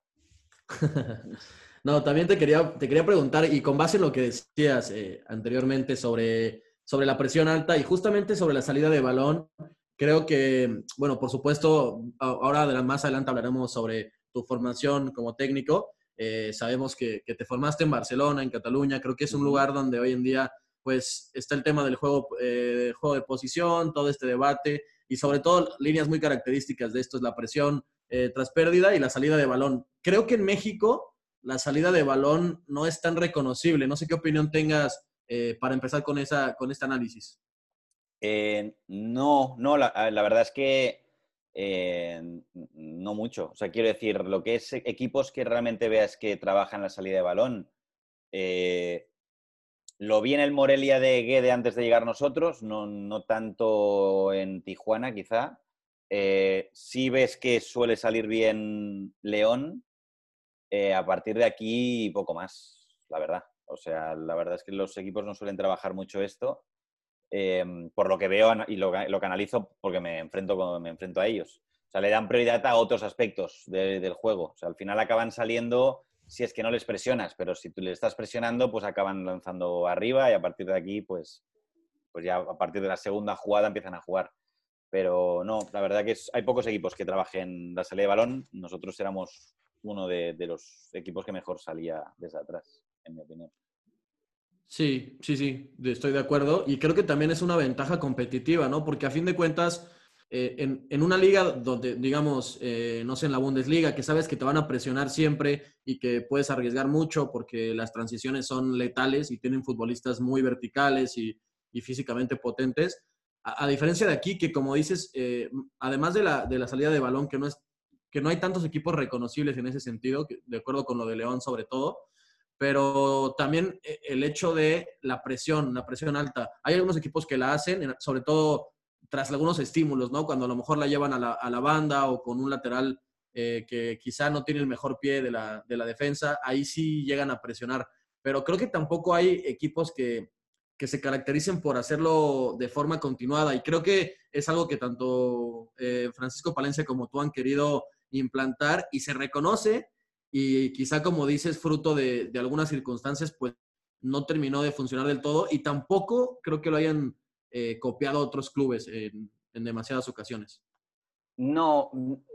No, también te quería, te quería preguntar, y con base en lo que decías eh, anteriormente sobre, sobre la presión alta y justamente sobre la salida de balón, creo que, bueno, por supuesto, ahora más adelante hablaremos sobre tu formación como técnico. Eh, sabemos que, que te formaste en Barcelona, en Cataluña, creo que es un uh-huh. lugar donde hoy en día pues está el tema del juego, eh, juego de posición, todo este debate y sobre todo líneas muy características de esto es la presión eh, tras pérdida y la salida de balón. Creo que en México la salida de balón no es tan reconocible. No sé qué opinión tengas eh, para empezar con, esa, con este análisis. Eh, no, no, la, la verdad es que eh, no mucho. O sea, quiero decir, lo que es equipos que realmente veas que trabajan la salida de balón, eh, lo vi en el Morelia de Guede antes de llegar nosotros, no, no tanto en Tijuana quizá. Eh, sí ves que suele salir bien León, eh, a partir de aquí poco más, la verdad. O sea, la verdad es que los equipos no suelen trabajar mucho esto, eh, por lo que veo y lo, lo que analizo porque me enfrento, con, me enfrento a ellos. O sea, le dan prioridad a otros aspectos de, del juego. O sea, al final acaban saliendo si es que no les presionas, pero si tú les estás presionando, pues acaban lanzando arriba y a partir de aquí, pues, pues ya a partir de la segunda jugada empiezan a jugar. Pero no, la verdad que es, hay pocos equipos que trabajen la salida de balón. Nosotros éramos uno de, de los equipos que mejor salía desde atrás, en mi opinión. Sí, sí, sí, estoy de acuerdo. Y creo que también es una ventaja competitiva, ¿no? Porque a fin de cuentas, eh, en, en una liga donde, digamos, eh, no sé, en la Bundesliga, que sabes que te van a presionar siempre y que puedes arriesgar mucho porque las transiciones son letales y tienen futbolistas muy verticales y, y físicamente potentes. A, a diferencia de aquí, que como dices, eh, además de la, de la salida de balón, que no, es, que no hay tantos equipos reconocibles en ese sentido, que, de acuerdo con lo de León sobre todo, pero también el hecho de la presión, la presión alta. Hay algunos equipos que la hacen, sobre todo tras algunos estímulos, ¿no? Cuando a lo mejor la llevan a la, a la banda o con un lateral eh, que quizá no tiene el mejor pie de la, de la defensa, ahí sí llegan a presionar. Pero creo que tampoco hay equipos que, que se caractericen por hacerlo de forma continuada. Y creo que es algo que tanto eh, Francisco Palencia como tú han querido implantar y se reconoce. Y quizá, como dices, fruto de, de algunas circunstancias, pues no terminó de funcionar del todo y tampoco creo que lo hayan eh, copiado otros clubes en, en demasiadas ocasiones. No,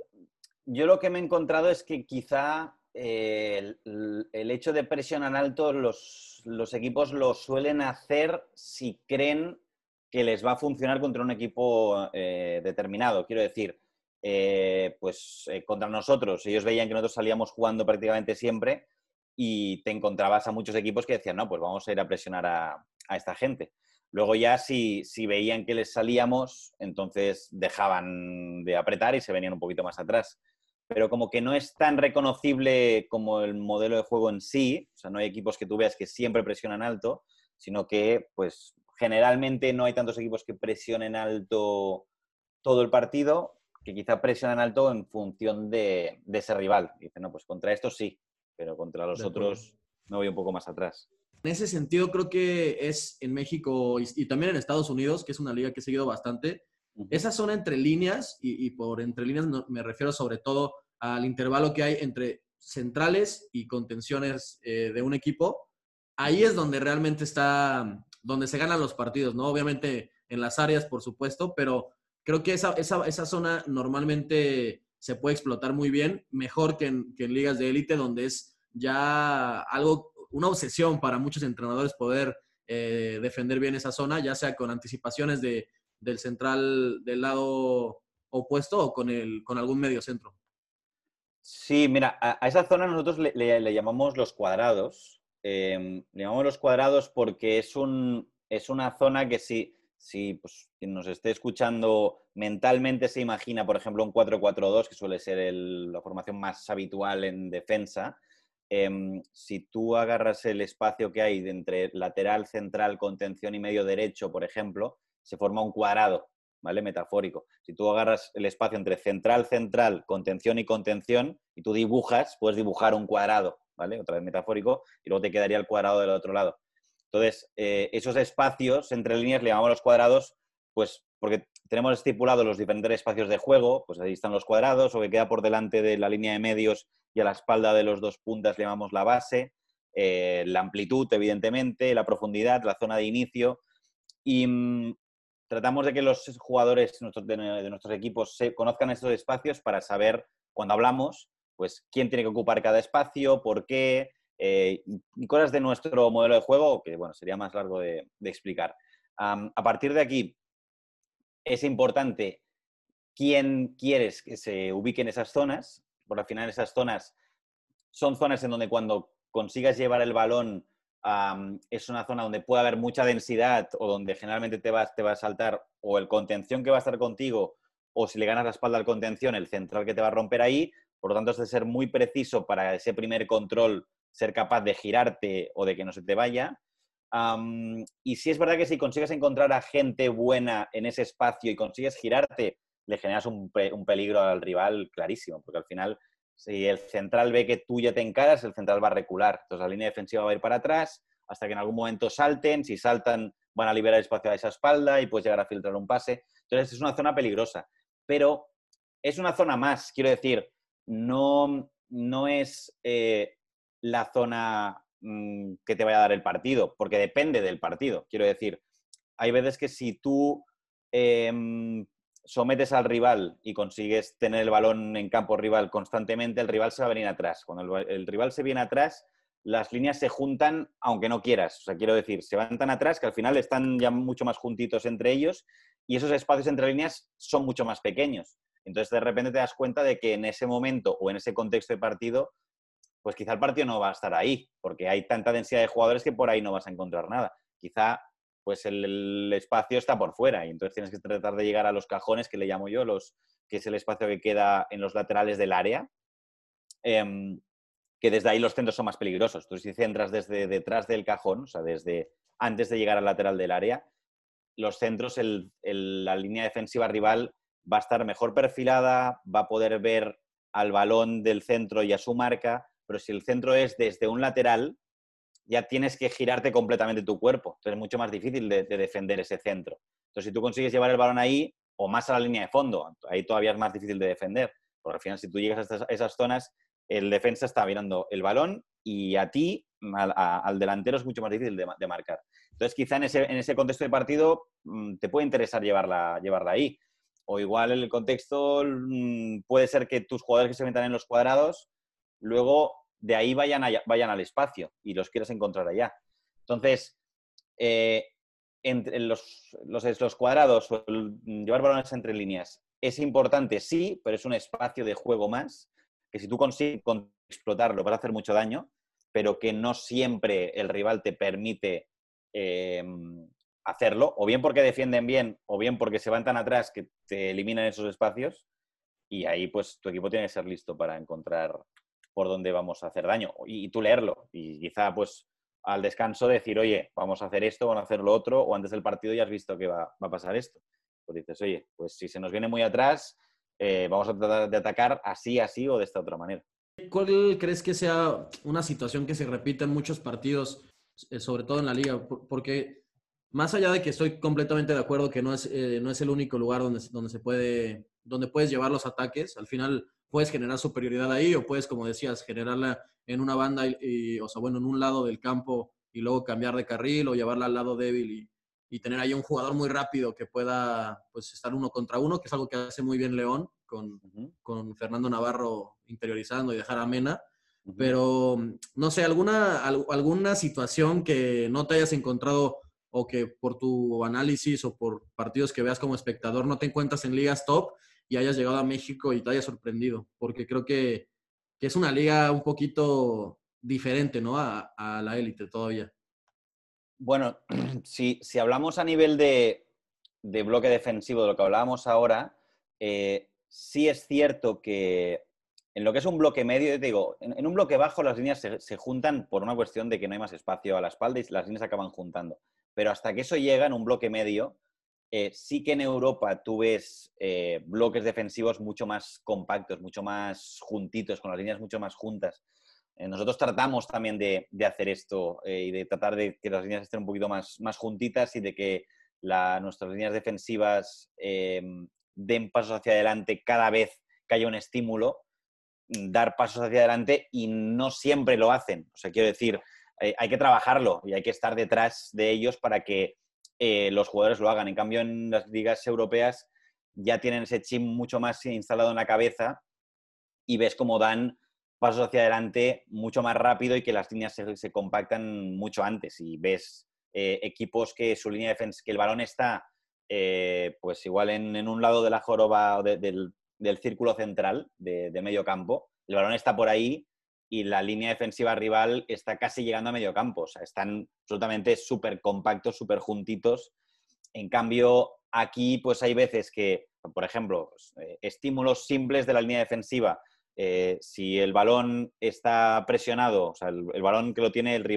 yo lo que me he encontrado es que quizá eh, el, el hecho de presionar alto los, los equipos lo suelen hacer si creen que les va a funcionar contra un equipo eh, determinado. Quiero decir, eh, pues eh, contra nosotros, ellos veían que nosotros salíamos jugando prácticamente siempre y te encontrabas a muchos equipos que decían, no, pues vamos a ir a presionar a, a esta gente. Luego ya si, si veían que les salíamos, entonces dejaban de apretar y se venían un poquito más atrás. Pero como que no es tan reconocible como el modelo de juego en sí, o sea, no hay equipos que tú veas que siempre presionan alto, sino que pues generalmente no hay tantos equipos que presionen alto todo el partido, que quizá presionan alto en función de, de ese rival. Dicen, no, pues contra estos sí, pero contra los otros me voy un poco más atrás. En ese sentido, creo que es en México y, y también en Estados Unidos, que es una liga que he seguido bastante, uh-huh. Esa zona entre líneas, y, y por entre líneas no, me refiero sobre todo al intervalo que hay entre centrales y contenciones eh, de un equipo, ahí es donde realmente está, donde se ganan los partidos, ¿no? Obviamente en las áreas, por supuesto, pero creo que esa, esa, esa zona normalmente se puede explotar muy bien, mejor que en, que en ligas de élite, donde es ya algo, una obsesión para muchos entrenadores poder eh, defender bien esa zona, ya sea con anticipaciones de, del central del lado opuesto o con, el, con algún medio centro. Sí, mira, a, a esa zona nosotros le, le, le llamamos los cuadrados. Eh, le llamamos los cuadrados porque es, un, es una zona que si, si pues, quien nos esté escuchando mentalmente se imagina, por ejemplo, un cuatro cuatro dos, que suele ser el, la formación más habitual en defensa. Eh, si tú agarras el espacio que hay entre lateral, central, contención y medio derecho, por ejemplo, se forma un cuadrado, ¿vale? Metafórico. Si tú agarras el espacio entre central, central, contención y contención, y tú dibujas, puedes dibujar un cuadrado, ¿vale? Otra vez metafórico, y luego te quedaría el cuadrado del otro lado. Entonces, eh, esos espacios entre líneas le llamamos los cuadrados, pues porque tenemos estipulados los diferentes espacios de juego, pues ahí están los cuadrados, o que queda por delante de la línea de medios y a la espalda de los dos puntas le llamamos la base, eh, la amplitud, evidentemente, la profundidad, la zona de inicio, y mmm, tratamos de que los jugadores de, de nuestros equipos se conozcan estos espacios para saber, cuando hablamos, pues quién tiene que ocupar cada espacio, por qué, eh, y cosas de nuestro modelo de juego que, bueno, sería más largo de, de explicar. Um, a partir de aquí, es importante quién quieres que se ubique en esas zonas, porque al final esas zonas son zonas en donde cuando consigas llevar el balón um, es una zona donde puede haber mucha densidad o donde generalmente te va, te va a saltar o el contención que va a estar contigo o si le ganas la espalda al contención, el central que te va a romper ahí. Por lo tanto, has de ser muy preciso para ese primer control, ser capaz de girarte o de que no se te vaya. Um, y sí es verdad que si consigues encontrar a gente buena en ese espacio y consigues girarte, le generas un, pe un peligro al rival clarísimo, porque al final, si el central ve que tú ya te encaras, el central va a recular. Entonces la línea defensiva va a ir para atrás hasta que en algún momento salten. Si saltan, van a liberar espacio a esa espalda y puedes llegar a filtrar un pase. Entonces es una zona peligrosa. Pero es una zona más, quiero decir, no, no es eh, la zona mmm, que te vaya a dar el partido, porque depende del partido. Quiero decir, hay veces que si tú eh, sometes al rival y consigues tener el balón en campo rival constantemente, el rival se va a venir atrás. Cuando el, el rival se viene atrás, las líneas se juntan aunque no quieras. O sea, quiero decir, se van tan atrás que al final están ya mucho más juntitos entre ellos y esos espacios entre líneas son mucho más pequeños. Entonces, de repente te das cuenta de que en ese momento o en ese contexto de partido, pues quizá el partido no va a estar ahí, porque hay tanta densidad de jugadores que por ahí no vas a encontrar nada. Quizá pues el, el espacio está por fuera y entonces tienes que tratar de llegar a los cajones, que le llamo yo, los, que es el espacio que queda en los laterales del área, eh, que desde ahí los centros son más peligrosos. Entonces, si centras desde detrás del cajón, o sea, desde antes de llegar al lateral del área, los centros, el, el, la línea defensiva rival va a estar mejor perfilada, va a poder ver al balón del centro y a su marca, pero si el centro es desde un lateral, ya tienes que girarte completamente tu cuerpo. Entonces es mucho más difícil de, de defender ese centro. Entonces si tú consigues llevar el balón ahí o más a la línea de fondo, ahí todavía es más difícil de defender. Porque al final si tú llegas a, estas, a esas zonas, el defensa está mirando el balón y a ti, al, a, al delantero, es mucho más difícil de, de marcar. Entonces quizá en ese, en ese contexto de partido mmm, te puede interesar llevarla, llevarla ahí. O igual el contexto mmm, puede ser que tus jugadores que se metan en los cuadrados luego de ahí vayan, a, vayan al espacio y los quieres encontrar allá. Entonces, eh, entre los, los, los cuadrados o el, llevar balones entre líneas es importante, sí, pero es un espacio de juego más que si tú consigues explotarlo vas a hacer mucho daño, pero que no siempre el rival te permite eh, hacerlo, o bien porque defienden bien, o bien porque se van tan atrás que te eliminan esos espacios, y ahí pues tu equipo tiene que ser listo para encontrar por dónde vamos a hacer daño y, y tú leerlo y quizá pues al descanso decir, oye, vamos a hacer esto, vamos a hacer lo otro, o antes del partido ya has visto que va, va a pasar esto. Pues dices, oye, pues si se nos viene muy atrás, eh, vamos a tratar de atacar así, así o de esta otra manera. ¿Cuál crees que sea una situación que se repite en muchos partidos, sobre todo en la liga? Porque más allá de que estoy completamente de acuerdo que no es, eh, no es el único lugar donde, donde se puede, donde puedes llevar los ataques, al final puedes generar superioridad ahí o puedes, como decías, generarla en una banda, y, y, o sea, bueno, en un lado del campo y luego cambiar de carril o llevarla al lado débil y, y tener ahí un jugador muy rápido que pueda pues, estar uno contra uno, que es algo que hace muy bien León con, uh-huh. con Fernando Navarro interiorizando y dejar a Mena. Uh-huh. Pero, no sé, alguna, alguna situación que no te hayas encontrado o que por tu análisis o por partidos que veas como espectador no te encuentras en ligas top y hayas llegado a México y te hayas sorprendido, porque creo que, que es una liga un poquito diferente, ¿no? A, a la élite todavía. Bueno, si, si hablamos a nivel de, de bloque defensivo, de lo que hablábamos ahora, eh, sí es cierto que en lo que es un bloque medio, yo te digo, en, en un bloque bajo las líneas se, se juntan por una cuestión de que no hay más espacio a la espalda y las líneas acaban juntando. Pero hasta que eso llega en un bloque medio, eh, sí que en Europa tú ves eh, bloques defensivos mucho más compactos, mucho más juntitos, con las líneas mucho más juntas. Eh, nosotros tratamos también de, de hacer esto eh, y de tratar de que las líneas estén un poquito más, más juntitas y de que la, nuestras líneas defensivas eh, den pasos hacia adelante cada vez que haya un estímulo, dar pasos hacia adelante y no siempre lo hacen. O sea, quiero decir, eh, hay que trabajarlo y hay que estar detrás de ellos para que eh, los jugadores lo hagan. En cambio, en las ligas europeas ya tienen ese chip mucho más instalado en la cabeza y ves cómo dan pasos hacia adelante mucho más rápido y que las líneas se, se compactan mucho antes. Y ves eh, equipos que su línea de defensa, que el balón está eh, pues igual en, en un lado de la joroba o de, del, del círculo central de, de medio campo, el balón está por ahí y la línea defensiva rival está casi llegando a medio campo. O sea, están absolutamente súper compactos, súper juntitos. En cambio, aquí pues hay veces que, por ejemplo, eh, estímulos simples de la línea defensiva. Eh, si el balón está presionado, o sea, el, el balón que lo tiene el rival,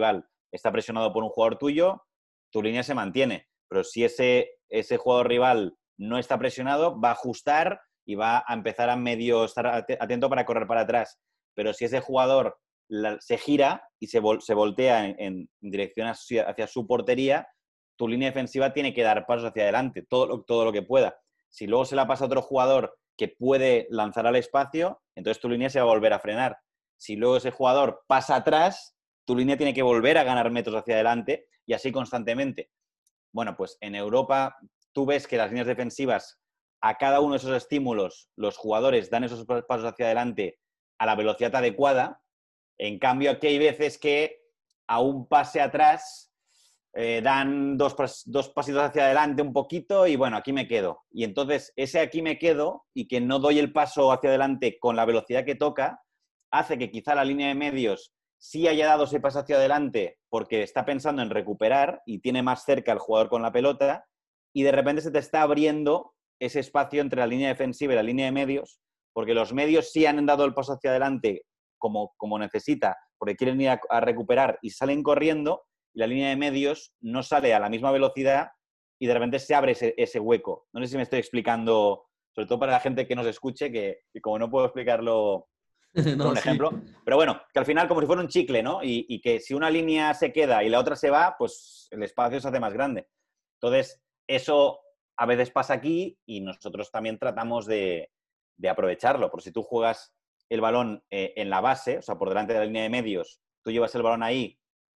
está presionado por un jugador tuyo, tu línea se mantiene. Pero si ese, ese jugador rival no está presionado, va a ajustar y va a empezar a medio estar atento para correr para atrás. Pero si ese jugador la, se gira y se, vol, se voltea en, en dirección hacia, hacia su portería, tu línea defensiva tiene que dar pasos hacia adelante, todo lo, todo lo que pueda. Si luego se la pasa a otro jugador que puede lanzar al espacio, entonces tu línea se va a volver a frenar. Si luego ese jugador pasa atrás, tu línea tiene que volver a ganar metros hacia adelante y así constantemente. Bueno, pues en Europa tú ves que las líneas defensivas, a cada uno de esos estímulos, los jugadores dan esos pasos hacia adelante a la velocidad adecuada. En cambio, aquí hay veces que a un pase atrás eh, dan dos, dos pasitos hacia adelante un poquito y bueno, aquí me quedo. Y entonces ese aquí me quedo y que no doy el paso hacia adelante con la velocidad que toca, hace que quizá la línea de medios sí haya dado ese paso hacia adelante porque está pensando en recuperar y tiene más cerca al jugador con la pelota y de repente se te está abriendo ese espacio entre la línea defensiva y la línea de medios porque los medios sí han dado el paso hacia adelante como, como necesita porque quieren ir a, a recuperar y salen corriendo y la línea de medios no sale a la misma velocidad y de repente se abre ese, ese hueco. No sé si me estoy explicando, sobre todo para la gente que nos escuche, que, que como no puedo explicarlo no, por un sí. ejemplo, pero bueno, que al final como si fuera un chicle, ¿no? Y, y que si una línea se queda y la otra se va, pues el espacio se hace más grande. Entonces, eso a veces pasa aquí y nosotros también tratamos de, de aprovecharlo. Porque si tú juegas el balón eh, en la base, o sea, por delante de la línea de medios, tú llevas el balón ahí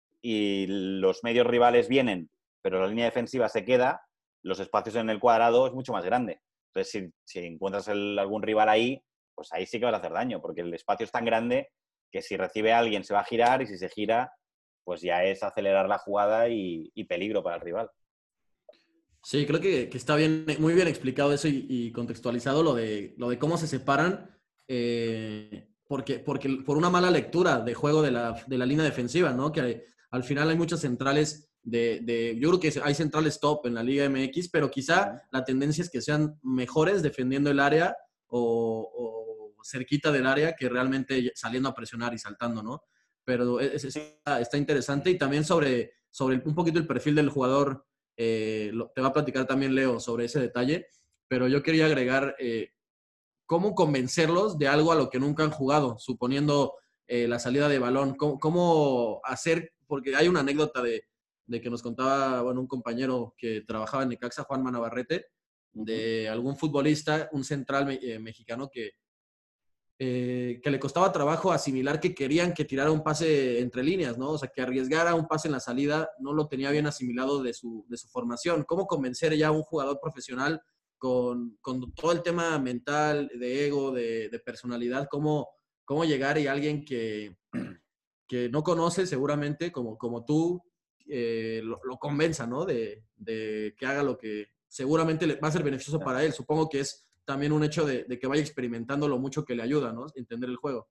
y los medios rivales vienen, pero la línea defensiva se queda, los espacios en el cuadrado es mucho más grande. Entonces, si, si encuentras el, algún rival ahí, pues ahí sí que vas a hacer daño, porque el espacio es tan grande que si recibe a alguien se va a girar y si se gira, pues ya es acelerar la jugada y, y peligro para el rival. Sí, creo que, que está bien, muy bien explicado eso y, y contextualizado lo de, lo de cómo se separan, eh, porque, porque por una mala lectura de juego de la, de la línea defensiva, ¿no? Que hay, al final hay muchas centrales de, de, yo creo que hay centrales top en la Liga M X, pero quizá la tendencia es que sean mejores defendiendo el área o, o cerquita del área que realmente saliendo a presionar y saltando, ¿no? Pero es, es, está, está interesante y también sobre, sobre el, un poquito el perfil del jugador. Eh, lo, te va a platicar también Leo sobre ese detalle, pero yo quería agregar eh, cómo convencerlos de algo a lo que nunca han jugado, suponiendo eh, la salida de balón, cómo, cómo hacer, porque hay una anécdota de, de que nos contaba, bueno, un compañero que trabajaba en Necaxa, Juan Manavarrete, de algún futbolista, un central eh, mexicano que Eh, que le costaba trabajo asimilar que querían que tirara un pase entre líneas, ¿no? O sea, que arriesgara un pase en la salida, no lo tenía bien asimilado de su, de su formación. ¿Cómo convencer ya a un jugador profesional con, con todo el tema mental, de ego, de, de personalidad? ¿Cómo, cómo llegar y alguien que, que no conoce seguramente, como, como tú, eh, lo, lo convenza, ¿no? De, de que haga lo que seguramente le va a ser beneficioso para él. Supongo que es también un hecho de, de que vaya experimentando lo mucho que le ayuda, ¿no? Entender el juego.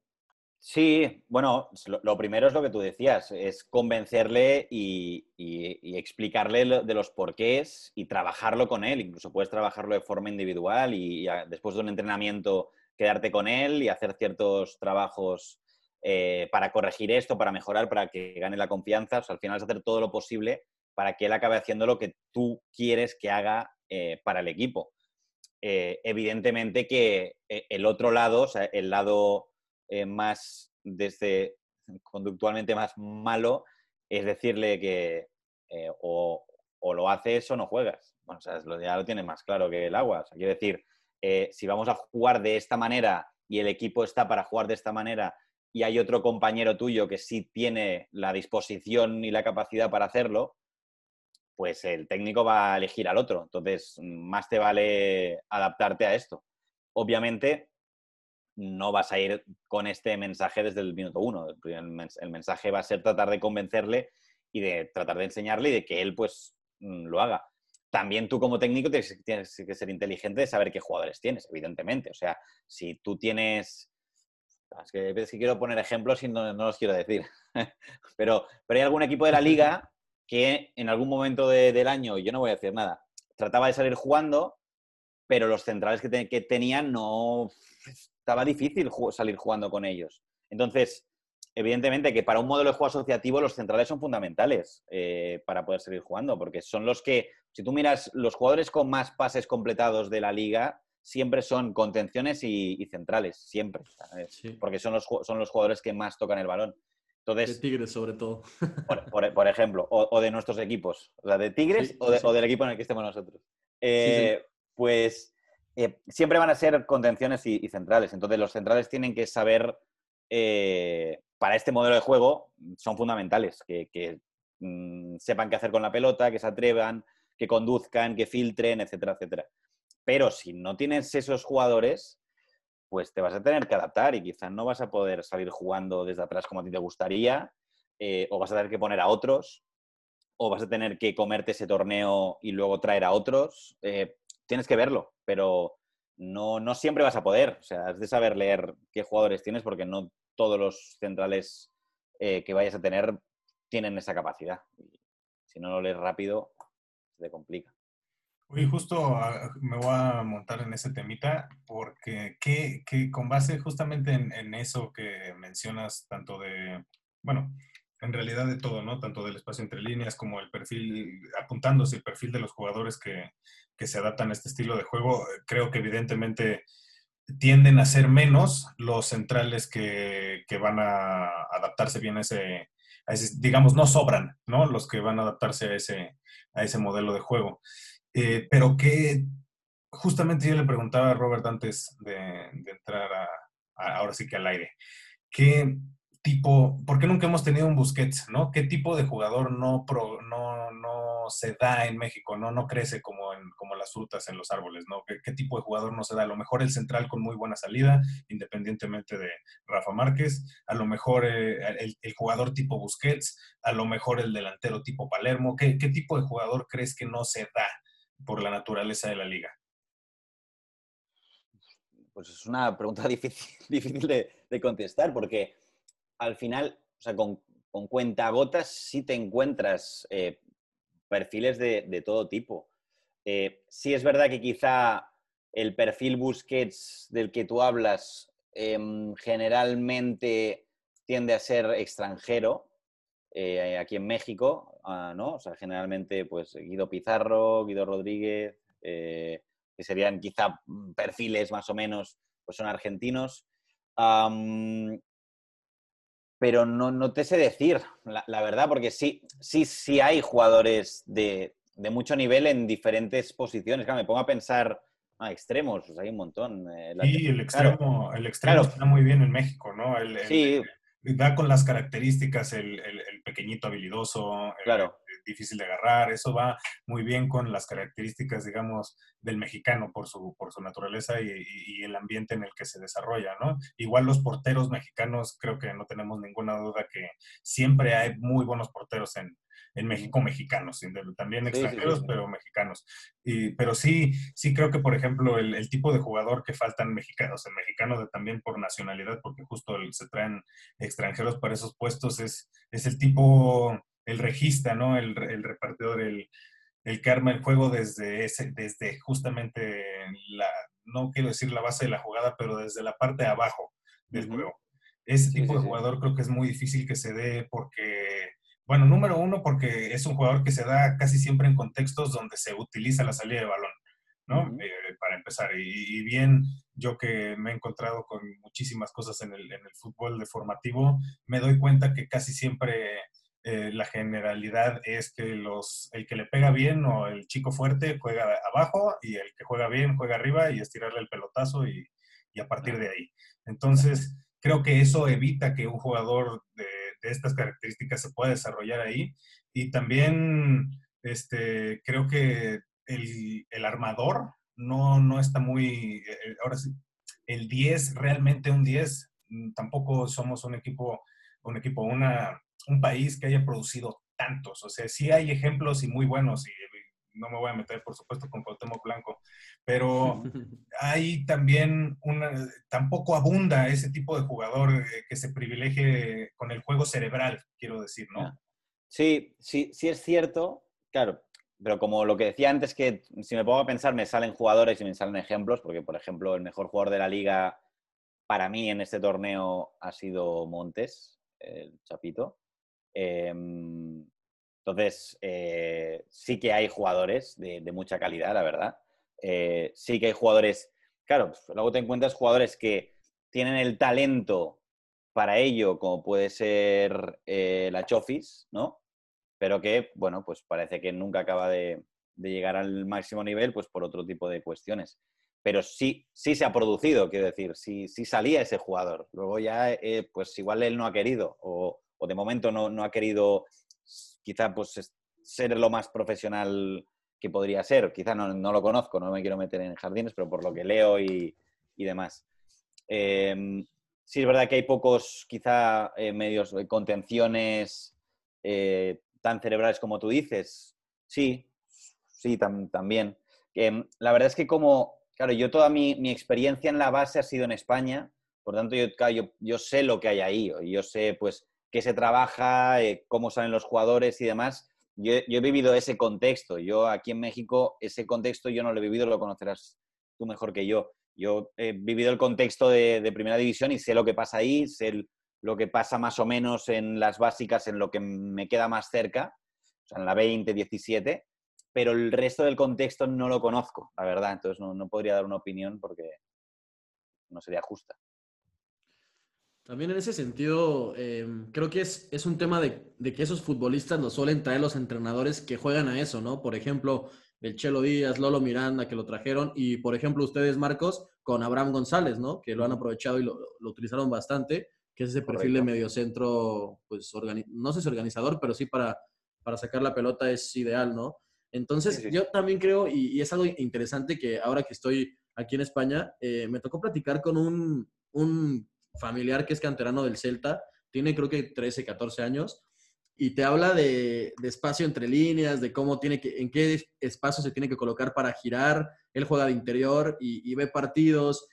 Sí, bueno, lo, lo primero es lo que tú decías, es convencerle y, y, y explicarle lo, de los porqués y trabajarlo con él. Incluso puedes trabajarlo de forma individual y, y a, después de un entrenamiento quedarte con él y hacer ciertos trabajos eh, para corregir esto, para mejorar, para que gane la confianza. O sea, al final es hacer todo lo posible para que él acabe haciendo lo que tú quieres que haga eh, para el equipo. Eh, evidentemente que eh, el otro lado, o sea, el lado eh, más desde conductualmente más malo, es decirle que eh, o, o lo haces o no juegas. Bueno, o sea, ya lo tienes más claro que el agua. O sea, quiero decir, eh, si vamos a jugar de esta manera y el equipo está para jugar de esta manera y hay otro compañero tuyo que sí tiene la disposición y la capacidad para hacerlo, pues el técnico va a elegir al otro. Entonces, más te vale adaptarte a esto. Obviamente, no vas a ir con este mensaje desde el minuto uno. El mensaje va a ser tratar de convencerle y de tratar de enseñarle y de que él, pues, lo haga. También tú como técnico tienes, tienes que ser inteligente de saber qué jugadores tienes, evidentemente. O sea, si tú tienes... Es que, es que quiero poner ejemplos y no, no los quiero decir. pero, pero hay algún equipo de la liga que en algún momento de, del año, yo no voy a decir nada, trataba de salir jugando, pero los centrales que, te, que tenían no... Estaba difícil salir jugando con ellos. Entonces, evidentemente que para un modelo de juego asociativo los centrales son fundamentales eh, para poder seguir jugando, porque son los que, si tú miras, los jugadores con más pases completados de la liga siempre son contenciones y, y centrales, siempre, ¿sabes? Sí. Porque son los, son los jugadores que más tocan el balón. Entonces, de Tigres sobre todo. por, por, por ejemplo, o, o de nuestros equipos, o sea, de Tigres Sí, o, de, sí. o del equipo en el que estemos nosotros. Eh, Sí, sí. Pues eh, siempre van a ser contenciones y, y centrales. Entonces los centrales tienen que saber, eh, para este modelo de juego, son fundamentales, que, que mmm, sepan qué hacer con la pelota, que se atrevan, que conduzcan, que filtren, etcétera, etcétera. Pero si no tienes esos jugadores, pues te vas a tener que adaptar y quizás no vas a poder salir jugando desde atrás como a ti te gustaría, eh, o vas a tener que poner a otros, o vas a tener que comerte ese torneo y luego traer a otros. Eh, tienes que verlo, pero no, no siempre vas a poder. O sea, has de saber leer qué jugadores tienes porque no todos los centrales eh, que vayas a tener tienen esa capacidad. Y si no lo lees rápido, se te complica. Oye, justo uh, me voy a montar en ese temita porque que, que con base justamente en, en eso que mencionas, tanto de, bueno, en realidad de todo, ¿no? Tanto del espacio entre líneas como el perfil, apuntándose el perfil de los jugadores que, que se adaptan a este estilo de juego, creo que evidentemente tienden a ser menos los centrales que, que van a adaptarse bien a ese, a ese, digamos, no sobran, ¿no? Los que van a adaptarse a ese, a ese modelo de juego. Eh, pero que justamente yo le preguntaba a Robert antes de, de entrar a, a, ahora sí que al aire, ¿qué tipo, por qué nunca hemos tenido un Busquets, ¿no? ¿Qué tipo de jugador no, pro, no, no se da en México, ¿no? No crece como, en, como las frutas en los árboles, ¿no? ¿Qué, ¿Qué tipo de jugador no se da? A lo mejor el central con muy buena salida, independientemente de Rafa Márquez, a lo mejor eh, el, el jugador tipo Busquets, a lo mejor el delantero tipo Palermo. ¿Qué, qué tipo de jugador crees que no se da por la naturaleza de la liga? Pues es una pregunta difícil, difícil de, de contestar, porque al final, o sea, con, con cuentagotas sí te encuentras eh, perfiles de, de todo tipo. Eh, sí es verdad que quizá el perfil Busquets del que tú hablas eh, generalmente tiende a ser extranjero, eh, aquí en México, uh, ¿no? O sea, generalmente pues Guido Pizarro, Guido Rodríguez, eh, que serían quizá perfiles más o menos, pues son argentinos. Um, pero no, no te sé decir, la, la verdad, porque sí, sí, sí hay jugadores de, de mucho nivel en diferentes posiciones. Claro, me pongo a pensar, ah, extremos, pues hay un montón. Eh, la, Sí, el claro, extremo, el extremo claro, está muy bien en México, ¿no? El, el, sí, el, da con las características, el, el, el pequeñito habilidoso, eh, claro. difícil de agarrar, eso va muy bien con las características, digamos, del mexicano por su, por su naturaleza y, y, y el ambiente en el que se desarrolla, ¿no? Igual los porteros mexicanos, creo que no tenemos ninguna duda que siempre hay muy buenos porteros en, en México, mexicanos, también Sí, sí, extranjeros, sí. pero mexicanos. Y, pero sí, sí creo que, por ejemplo, el, el tipo de jugador que faltan mexicanos, el mexicano de, también por nacionalidad, porque justo el, se traen extranjeros para esos puestos, es, es el tipo, el regista, ¿no? El, el repartidor, el, el que arma el juego desde, ese, desde justamente la, no quiero decir la base de la jugada, pero desde la parte de abajo del Uh-huh. juego. Ese Sí, tipo sí, de sí. jugador creo que es muy difícil que se dé porque, bueno, número uno, porque es un jugador que se da casi siempre en contextos donde se utiliza la salida de balón, ¿no? Uh-huh. Eh, para empezar. Y, y bien, yo que me he encontrado con muchísimas cosas en el, en el fútbol de formativo, me doy cuenta que casi siempre eh, la generalidad es que los, el que le pega bien o el chico fuerte juega abajo y el que juega bien juega arriba y estirarle el pelotazo y, y a partir de ahí. Entonces, creo que eso evita que un jugador de, de estas características se pueda desarrollar ahí. Y también este, creo que el, el armador no, no está muy... Eh, ahora sí, el diez, realmente un diez, tampoco somos un equipo, un equipo, una, un país que haya producido tantos. O sea, sí hay ejemplos y muy buenos, y no me voy a meter, por supuesto, con Cuauhtémoc Blanco, pero hay también una, tampoco abunda ese tipo de jugador que se privilegie con el juego cerebral, quiero decir, ¿no? Yeah. Sí, sí, sí es cierto, claro, pero como lo que decía antes, que si me pongo a pensar me salen jugadores y me salen ejemplos, porque por ejemplo el mejor jugador de la liga para mí en este torneo ha sido Montes, el Chapito. Eh, entonces, eh, sí que hay jugadores de, de mucha calidad, la verdad. Eh, sí que hay jugadores, claro, pues, luego te encuentras jugadores que tienen el talento para ello, como puede ser eh, la Chofis, ¿no? Pero que, bueno, pues parece que nunca acaba de, de llegar al máximo nivel, pues por otro tipo de cuestiones. Pero sí, sí se ha producido, quiero decir, sí, sí salía ese jugador. Luego ya, eh, pues igual él no ha querido, o, o de momento no, no ha querido quizá pues ser lo más profesional que podría ser. Quizá no, no lo conozco, no me quiero meter en jardines, pero por lo que leo y, y demás. Eh, sí es verdad que hay pocos, quizá, eh, medios de contenciones eh, tan cerebrales como tú dices. Sí, sí, tam, también. Eh, la verdad es que como, claro, yo toda mi, mi experiencia en la base ha sido en España, por tanto yo, yo, yo sé lo que hay ahí, yo sé pues qué se trabaja, eh, cómo salen los jugadores y demás. Yo, yo he vivido ese contexto. Yo aquí en México, ese contexto yo no lo he vivido, lo conocerás tú mejor que yo. Yo he vivido el contexto de, de primera división y sé lo que pasa ahí, sé el, lo que pasa más o menos en las básicas, en lo que me queda más cerca, o sea, en la veinte, diecisiete, pero el resto del contexto no lo conozco, la verdad. Entonces no, no podría dar una opinión porque no sería justa. También en ese sentido, eh, creo que es, es un tema de, de que esos futbolistas los suelen traer los entrenadores que juegan a eso, ¿no? Por ejemplo, el Chelo Díaz, Lolo Miranda, que lo trajeron, y por ejemplo ustedes, Marcos, con Abraham González, ¿no? Que lo han aprovechado y lo, lo utilizaron bastante, que es ese perfil de Correcto. mediocentro, pues, organi- no sé si organizador, pero sí para, para sacar la pelota es ideal, ¿no? Sí, Entonces, sí, sí. yo también creo, y, y es algo interesante que ahora que estoy aquí en España, eh, me tocó platicar con un, un familiar que es canterano del Celta, tiene creo que trece, catorce años, y te habla de, de espacio entre líneas, de cómo tiene que, en qué espacio se tiene que colocar para girar. Él juega de interior y, y ve partidos,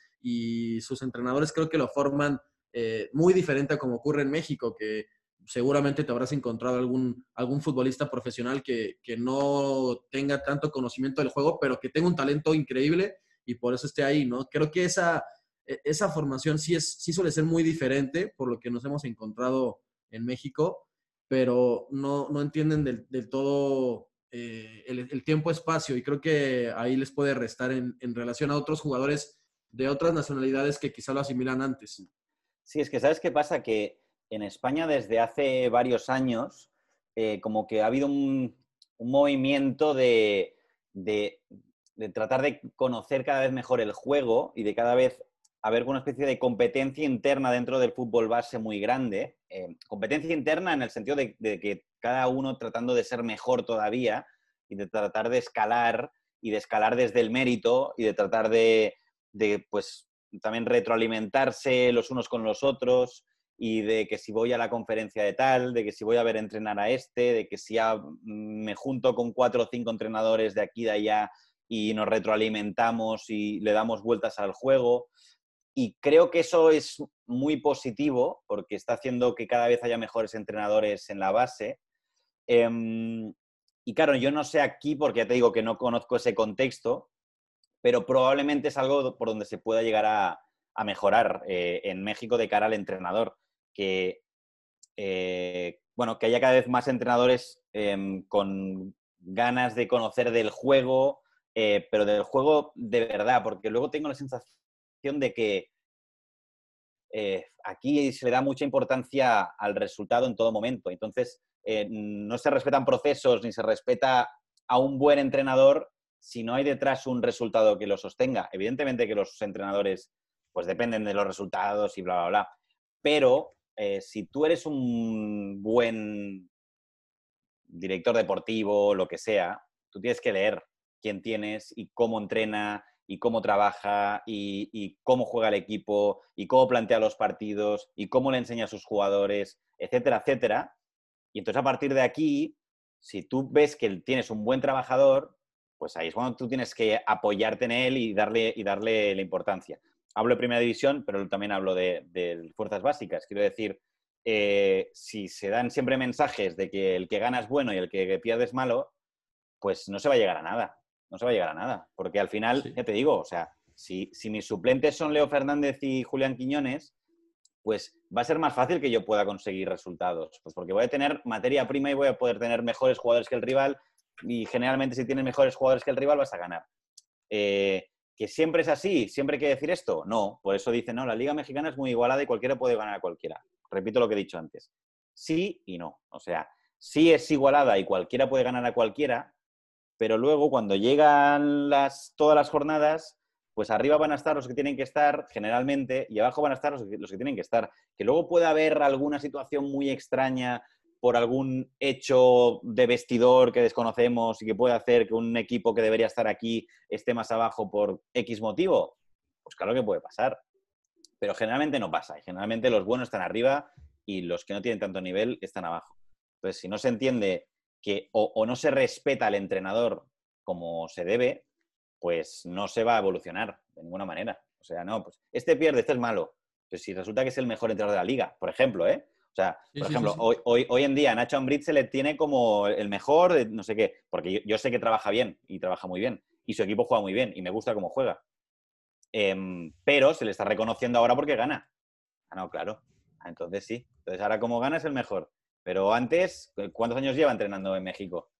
y sus entrenadores creo que lo forman eh, muy diferente a como ocurre en México, que seguramente te habrás encontrado algún, algún futbolista profesional que, que no tenga tanto conocimiento del juego, pero que tenga un talento increíble y por eso esté ahí, ¿no? Creo que esa, esa formación sí, es, sí suele ser muy diferente por lo que nos hemos encontrado en México, pero no, no entienden del, del todo eh, el, el tiempo-espacio, y creo que ahí les puede restar en, en relación a otros jugadores de otras nacionalidades que quizá lo asimilan antes. Sí, es que ¿sabes qué pasa? Que en España desde hace varios años eh, como que ha habido un, un movimiento de, de, de tratar de conocer cada vez mejor el juego y de cada vez haber una especie de competencia interna dentro del fútbol base muy grande. Eh, competencia interna en el sentido de, de que cada uno tratando de ser mejor todavía y de tratar de escalar y de escalar desde el mérito y de tratar de, de pues también retroalimentarse los unos con los otros y de que si voy a la conferencia de tal, de que si voy a ver entrenar a este, de que si ya me junto con cuatro o cinco entrenadores de aquí y de allá y nos retroalimentamos y le damos vueltas al juego. Y creo que eso es muy positivo porque está haciendo que cada vez haya mejores entrenadores en la base. Eh, y claro, yo no sé aquí, porque ya te digo que no conozco ese contexto, pero probablemente es algo por donde se pueda llegar a, a mejorar eh, en México de cara al entrenador. Que, eh, bueno, que haya cada vez más entrenadores eh, con ganas de conocer del juego, eh, pero del juego de verdad, porque luego tengo la sensación de que eh, aquí se le da mucha importancia al resultado en todo momento. Entonces, eh, no se respetan procesos ni se respeta a un buen entrenador si no hay detrás un resultado que lo sostenga. Evidentemente que los entrenadores pues dependen de los resultados y bla, bla, bla. Pero eh, si tú eres un buen director deportivo, lo que sea, tú tienes que leer quién tienes y cómo entrena y cómo trabaja y, y cómo juega el equipo y cómo plantea los partidos y cómo le enseña a sus jugadores, etcétera, etcétera. Y entonces a partir de aquí, si tú ves que tienes un buen trabajador, pues ahí es cuando tú tienes que apoyarte en él y darle, y darle la importancia. Hablo de primera división, pero también hablo de, de fuerzas básicas. Quiero decir, eh, si se dan siempre mensajes de que el que gana es bueno y el que pierde es malo, pues no se va a llegar a nada. No se va a llegar a nada. Porque al final, Sí. ya te digo, o sea, si, si mis suplentes son Leo Fernández y Julián Quiñones, pues va a ser más fácil que yo pueda conseguir resultados. Pues porque voy a tener materia prima y voy a poder tener mejores jugadores que el rival y generalmente si tienes mejores jugadores que el rival vas a ganar. Eh, ¿Que siempre es así? ¿Siempre hay que decir esto? No. Por eso dicen, no, la Liga Mexicana es muy igualada y cualquiera puede ganar a cualquiera. Repito lo que he dicho antes. Sí y no. O sea, sí es igualada y cualquiera puede ganar a cualquiera, pero luego cuando llegan las, todas las jornadas, pues arriba van a estar los que tienen que estar generalmente y abajo van a estar los que, los que tienen que estar. Que luego pueda haber alguna situación muy extraña por algún hecho de vestidor que desconocemos y que puede hacer que un equipo que debería estar aquí esté más abajo por X motivo, pues claro que puede pasar. Pero generalmente no pasa. Y generalmente los buenos están arriba y los que no tienen tanto nivel están abajo. Entonces, si no se entiende que o, o no se respeta al entrenador como se debe, pues no se va a evolucionar de ninguna manera. O sea, no, pues este pierde, este es malo. Pues si resulta que es el mejor entrenador de la liga, por ejemplo, ¿eh? O sea, Sí, por sí, ejemplo, sí, sí. Hoy, hoy, hoy en día a Nacho Ambriz se le tiene como el mejor, de no sé qué, porque yo, yo sé que trabaja bien y trabaja muy bien y su equipo juega muy bien y me gusta cómo juega. Eh, pero se le está reconociendo ahora porque gana. Ah, no, claro. Ah, entonces sí. Entonces ahora como gana es el mejor. Pero antes, ¿cuántos años lleva entrenando en México?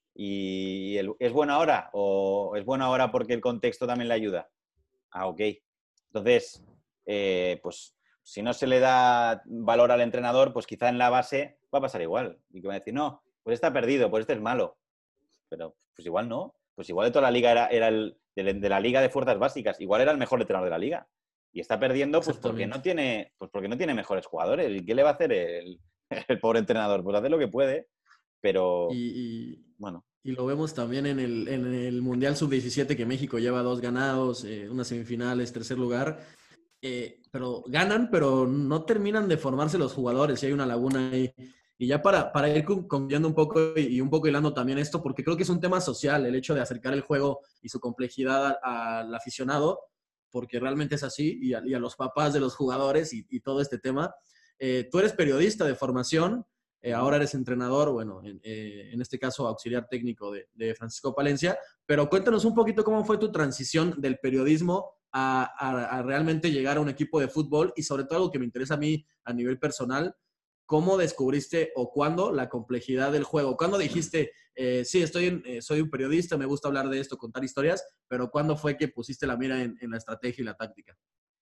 ¿Y el, es bueno ahora? ¿O es bueno ahora porque el contexto también le ayuda? Ah, ok. Entonces, eh, pues si no se le da valor al entrenador, pues quizá en la base va a pasar igual. Y que va a decir, no, pues está perdido, pues este es malo. Pero pues igual no. Pues igual de toda la liga era, era el de, de la liga de fuerzas básicas. Igual era el mejor entrenador de la liga. Y está perdiendo pues porque Exactamente. no tiene, pues porque no tiene mejores jugadores. ¿Y qué le va a hacer el, el pobre entrenador? Pues hacer lo que puede, pero Y, y, bueno. y lo vemos también en el, en el Mundial sub diecisiete que México lleva dos ganados, eh, unas semifinales, tercer lugar. Eh, pero ganan, pero no terminan de formarse los jugadores y hay una laguna ahí. Y ya para, para ir concluyendo un poco y, y un poco hilando también esto, porque creo que es un tema social, el hecho de acercar el juego y su complejidad a- al aficionado, porque realmente es así, y a, y a los papás de los jugadores y, y todo este tema. Eh, tú eres periodista de formación, eh, Uh-huh. ahora eres entrenador, bueno, en, eh, en este caso auxiliar técnico de, de Francisco Palencia, pero cuéntanos un poquito cómo fue tu transición del periodismo a, a, a, realmente llegar a un equipo de fútbol y sobre todo algo que me interesa a mí a nivel personal, ¿cómo descubriste o cuándo la complejidad del juego? ¿Cuándo dijiste, eh, sí, estoy en, eh, soy un periodista, me gusta hablar de esto, contar historias, pero cuándo fue que pusiste la mira en, en la estrategia y la táctica?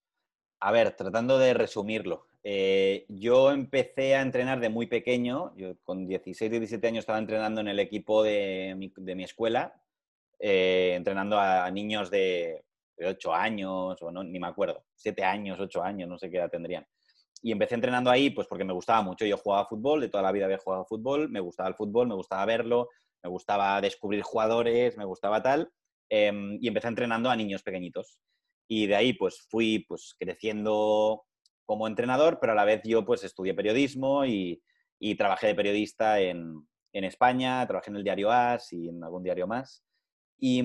A ver, tratando de resumirlo. Eh, yo empecé a entrenar de muy pequeño. Yo con dieciséis, diecisiete años estaba entrenando en el equipo de mi, de mi escuela, eh, entrenando a, a niños de, de ocho años, o no, ni me acuerdo, siete años, ocho años, no sé qué edad tendrían. Y empecé entrenando ahí pues porque me gustaba mucho. Yo jugaba fútbol, de toda la vida había jugado fútbol, me gustaba el fútbol, me gustaba verlo, me gustaba descubrir jugadores, me gustaba tal. Eh, y empecé entrenando a niños pequeñitos. Y de ahí pues fui pues creciendo como entrenador, pero a la vez yo pues estudié periodismo y, y trabajé de periodista en, en España, trabajé en el diario As y en algún diario más. Y,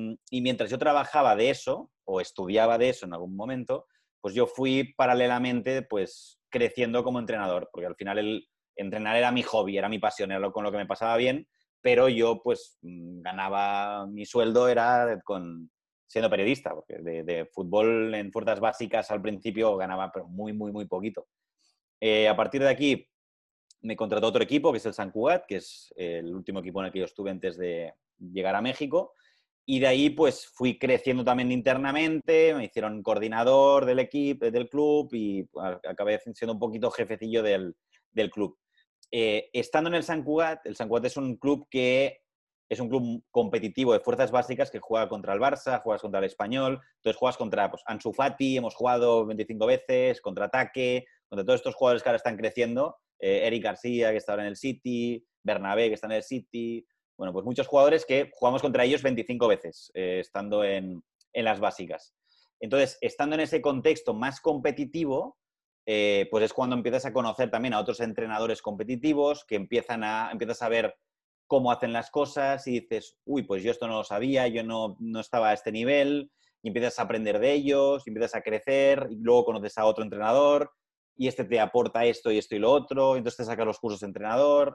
y mientras yo trabajaba de eso, o estudiaba de eso en algún momento, pues yo fui paralelamente pues creciendo como entrenador, porque al final el entrenar era mi hobby, era mi pasión, era lo, con lo que me pasaba bien, pero yo pues ganaba, mi sueldo era con, siendo periodista, porque de, de fútbol en fuerzas básicas al principio ganaba pero muy, muy, muy poquito. Eh, a partir de aquí me contrató otro equipo, que es el San Cugat, que es el último equipo en el que yo estuve antes de llegar a México. Y de ahí pues fui creciendo también internamente, me hicieron coordinador del equipo, del club y acabé siendo un poquito jefecillo del, del club. Eh, estando en el San Cugat, el San Cugat es un club que es un club competitivo de fuerzas básicas que juega contra el Barça, juegas contra el Español, entonces juegas contra pues, Ansu Fati, hemos jugado veinticinco veces, contra Ataque, contra todos estos jugadores que ahora están creciendo, eh, Eric García, que está ahora en el City, Bernabé, que está en el City, bueno, pues muchos jugadores que jugamos contra ellos veinticinco veces, eh, estando en, en las básicas. Entonces, estando en ese contexto más competitivo, eh, pues es cuando empiezas a conocer también a otros entrenadores competitivos que empiezan a, empiezas a ver cómo hacen las cosas y dices, uy, pues yo esto no lo sabía, yo no, no estaba a este nivel, y empiezas a aprender de ellos, y empiezas a crecer, y luego conoces a otro entrenador, y este te aporta esto y esto y lo otro, y entonces te sacas los cursos de entrenador,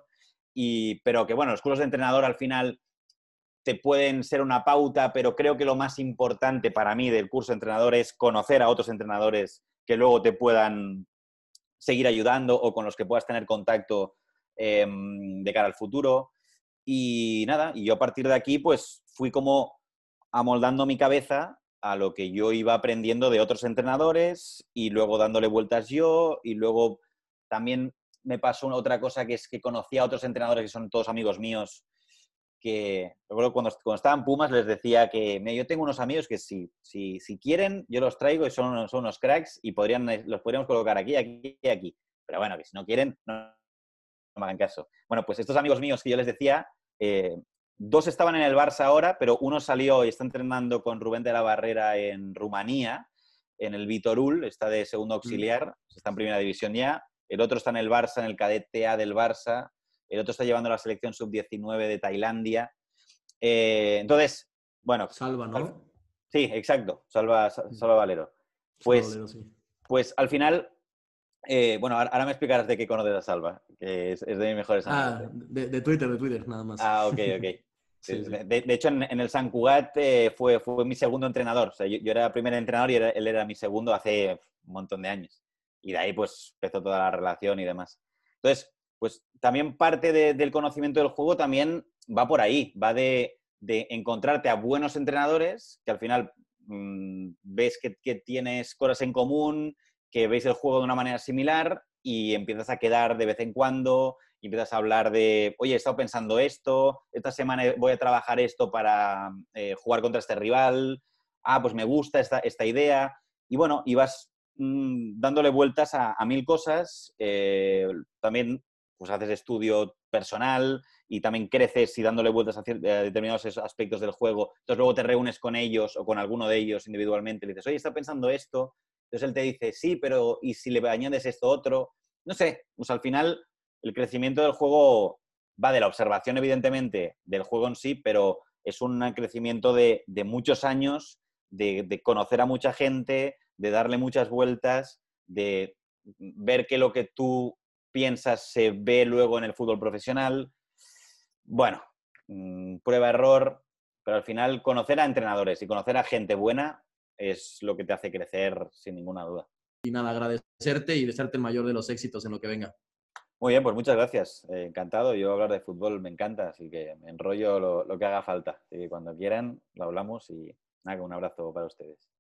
y, pero que bueno, los cursos de entrenador al final te pueden ser una pauta, pero creo que lo más importante para mí del curso de entrenador es conocer a otros entrenadores que luego te puedan seguir ayudando o con los que puedas tener contacto eh, de cara al futuro. Y nada, y yo a partir de aquí pues fui como amoldando mi cabeza a lo que yo iba aprendiendo de otros entrenadores y luego dándole vueltas yo, y luego también me pasó una otra cosa, que es que conocí a otros entrenadores que son todos amigos míos, que recuerdo cuando, cuando estaba en Pumas les decía que me, yo tengo unos amigos que si, si, si quieren yo los traigo y son, unos- son unos cracks y podrían, los podríamos colocar aquí, aquí y aquí. Pero bueno, que si no quieren, no, no me hagan caso. Bueno, pues estos amigos míos que yo les decía, eh, dos estaban en el Barça ahora, pero uno salió y está entrenando con Rubén de la Barrera en Rumanía, en el Viitorul, está de segundo auxiliar, está en primera división ya. El otro está en el Barça, en el cadete A del Barça. El otro está llevando la selección sub diecinueve de Tailandia. Eh, entonces, bueno. Salva, al- ¿no? sí, exacto, Salva, Salva Valero. Pues, Salva Valero, sí. pues al final, eh, bueno, ahora, ahora me explicarás de qué conoces a Salva, que es, es de mis mejores amigos. Ah, de, de Twitter, de Twitter, nada más. Ah, ok, ok. Sí, sí. De, de hecho, en, en el Sant Cugat eh, fue, fue mi segundo entrenador. O sea, yo, yo era el primer entrenador y era- él era mi segundo hace un montón de años. Y de ahí, pues, empezó toda la relación y demás. Entonces, pues, también parte de- del conocimiento del juego también va por ahí. Va de, de encontrarte a buenos entrenadores que al final mmm, ves que, que tienes cosas en común, que veis el juego de una manera similar y empiezas a quedar de vez en cuando y empiezas a hablar de, oye, he estado pensando esto, esta semana voy a trabajar esto para eh, jugar contra este rival, ah, pues me gusta esta, esta idea. Y bueno, y vas mmm, dándole vueltas a, a mil cosas. Eh, también pues haces estudio personal y también creces y dándole vueltas a, cier- a determinados aspectos del juego. Entonces luego te reúnes con ellos o con alguno de ellos individualmente y le dices, oye, está pensando esto. Entonces él te dice, sí, pero ¿y si le añades esto otro? No sé, pues al final el crecimiento del juego va de la observación, evidentemente, del juego en sí, pero es un crecimiento de, de muchos años, de, de, conocer a mucha gente, de darle muchas vueltas, de ver que lo que tú piensas se ve luego en el fútbol profesional. Bueno, mmm, prueba-error, pero al final conocer a entrenadores y conocer a gente buena es lo que te hace crecer sin ninguna duda. Y nada, agradecerte y desearte el mayor de los éxitos en lo que venga. Muy bien, pues muchas gracias. Eh, encantado. Yo hablar de fútbol me encanta, así que me enrollo lo, lo que haga falta. Así que cuando quieran lo hablamos y nada, un abrazo para ustedes.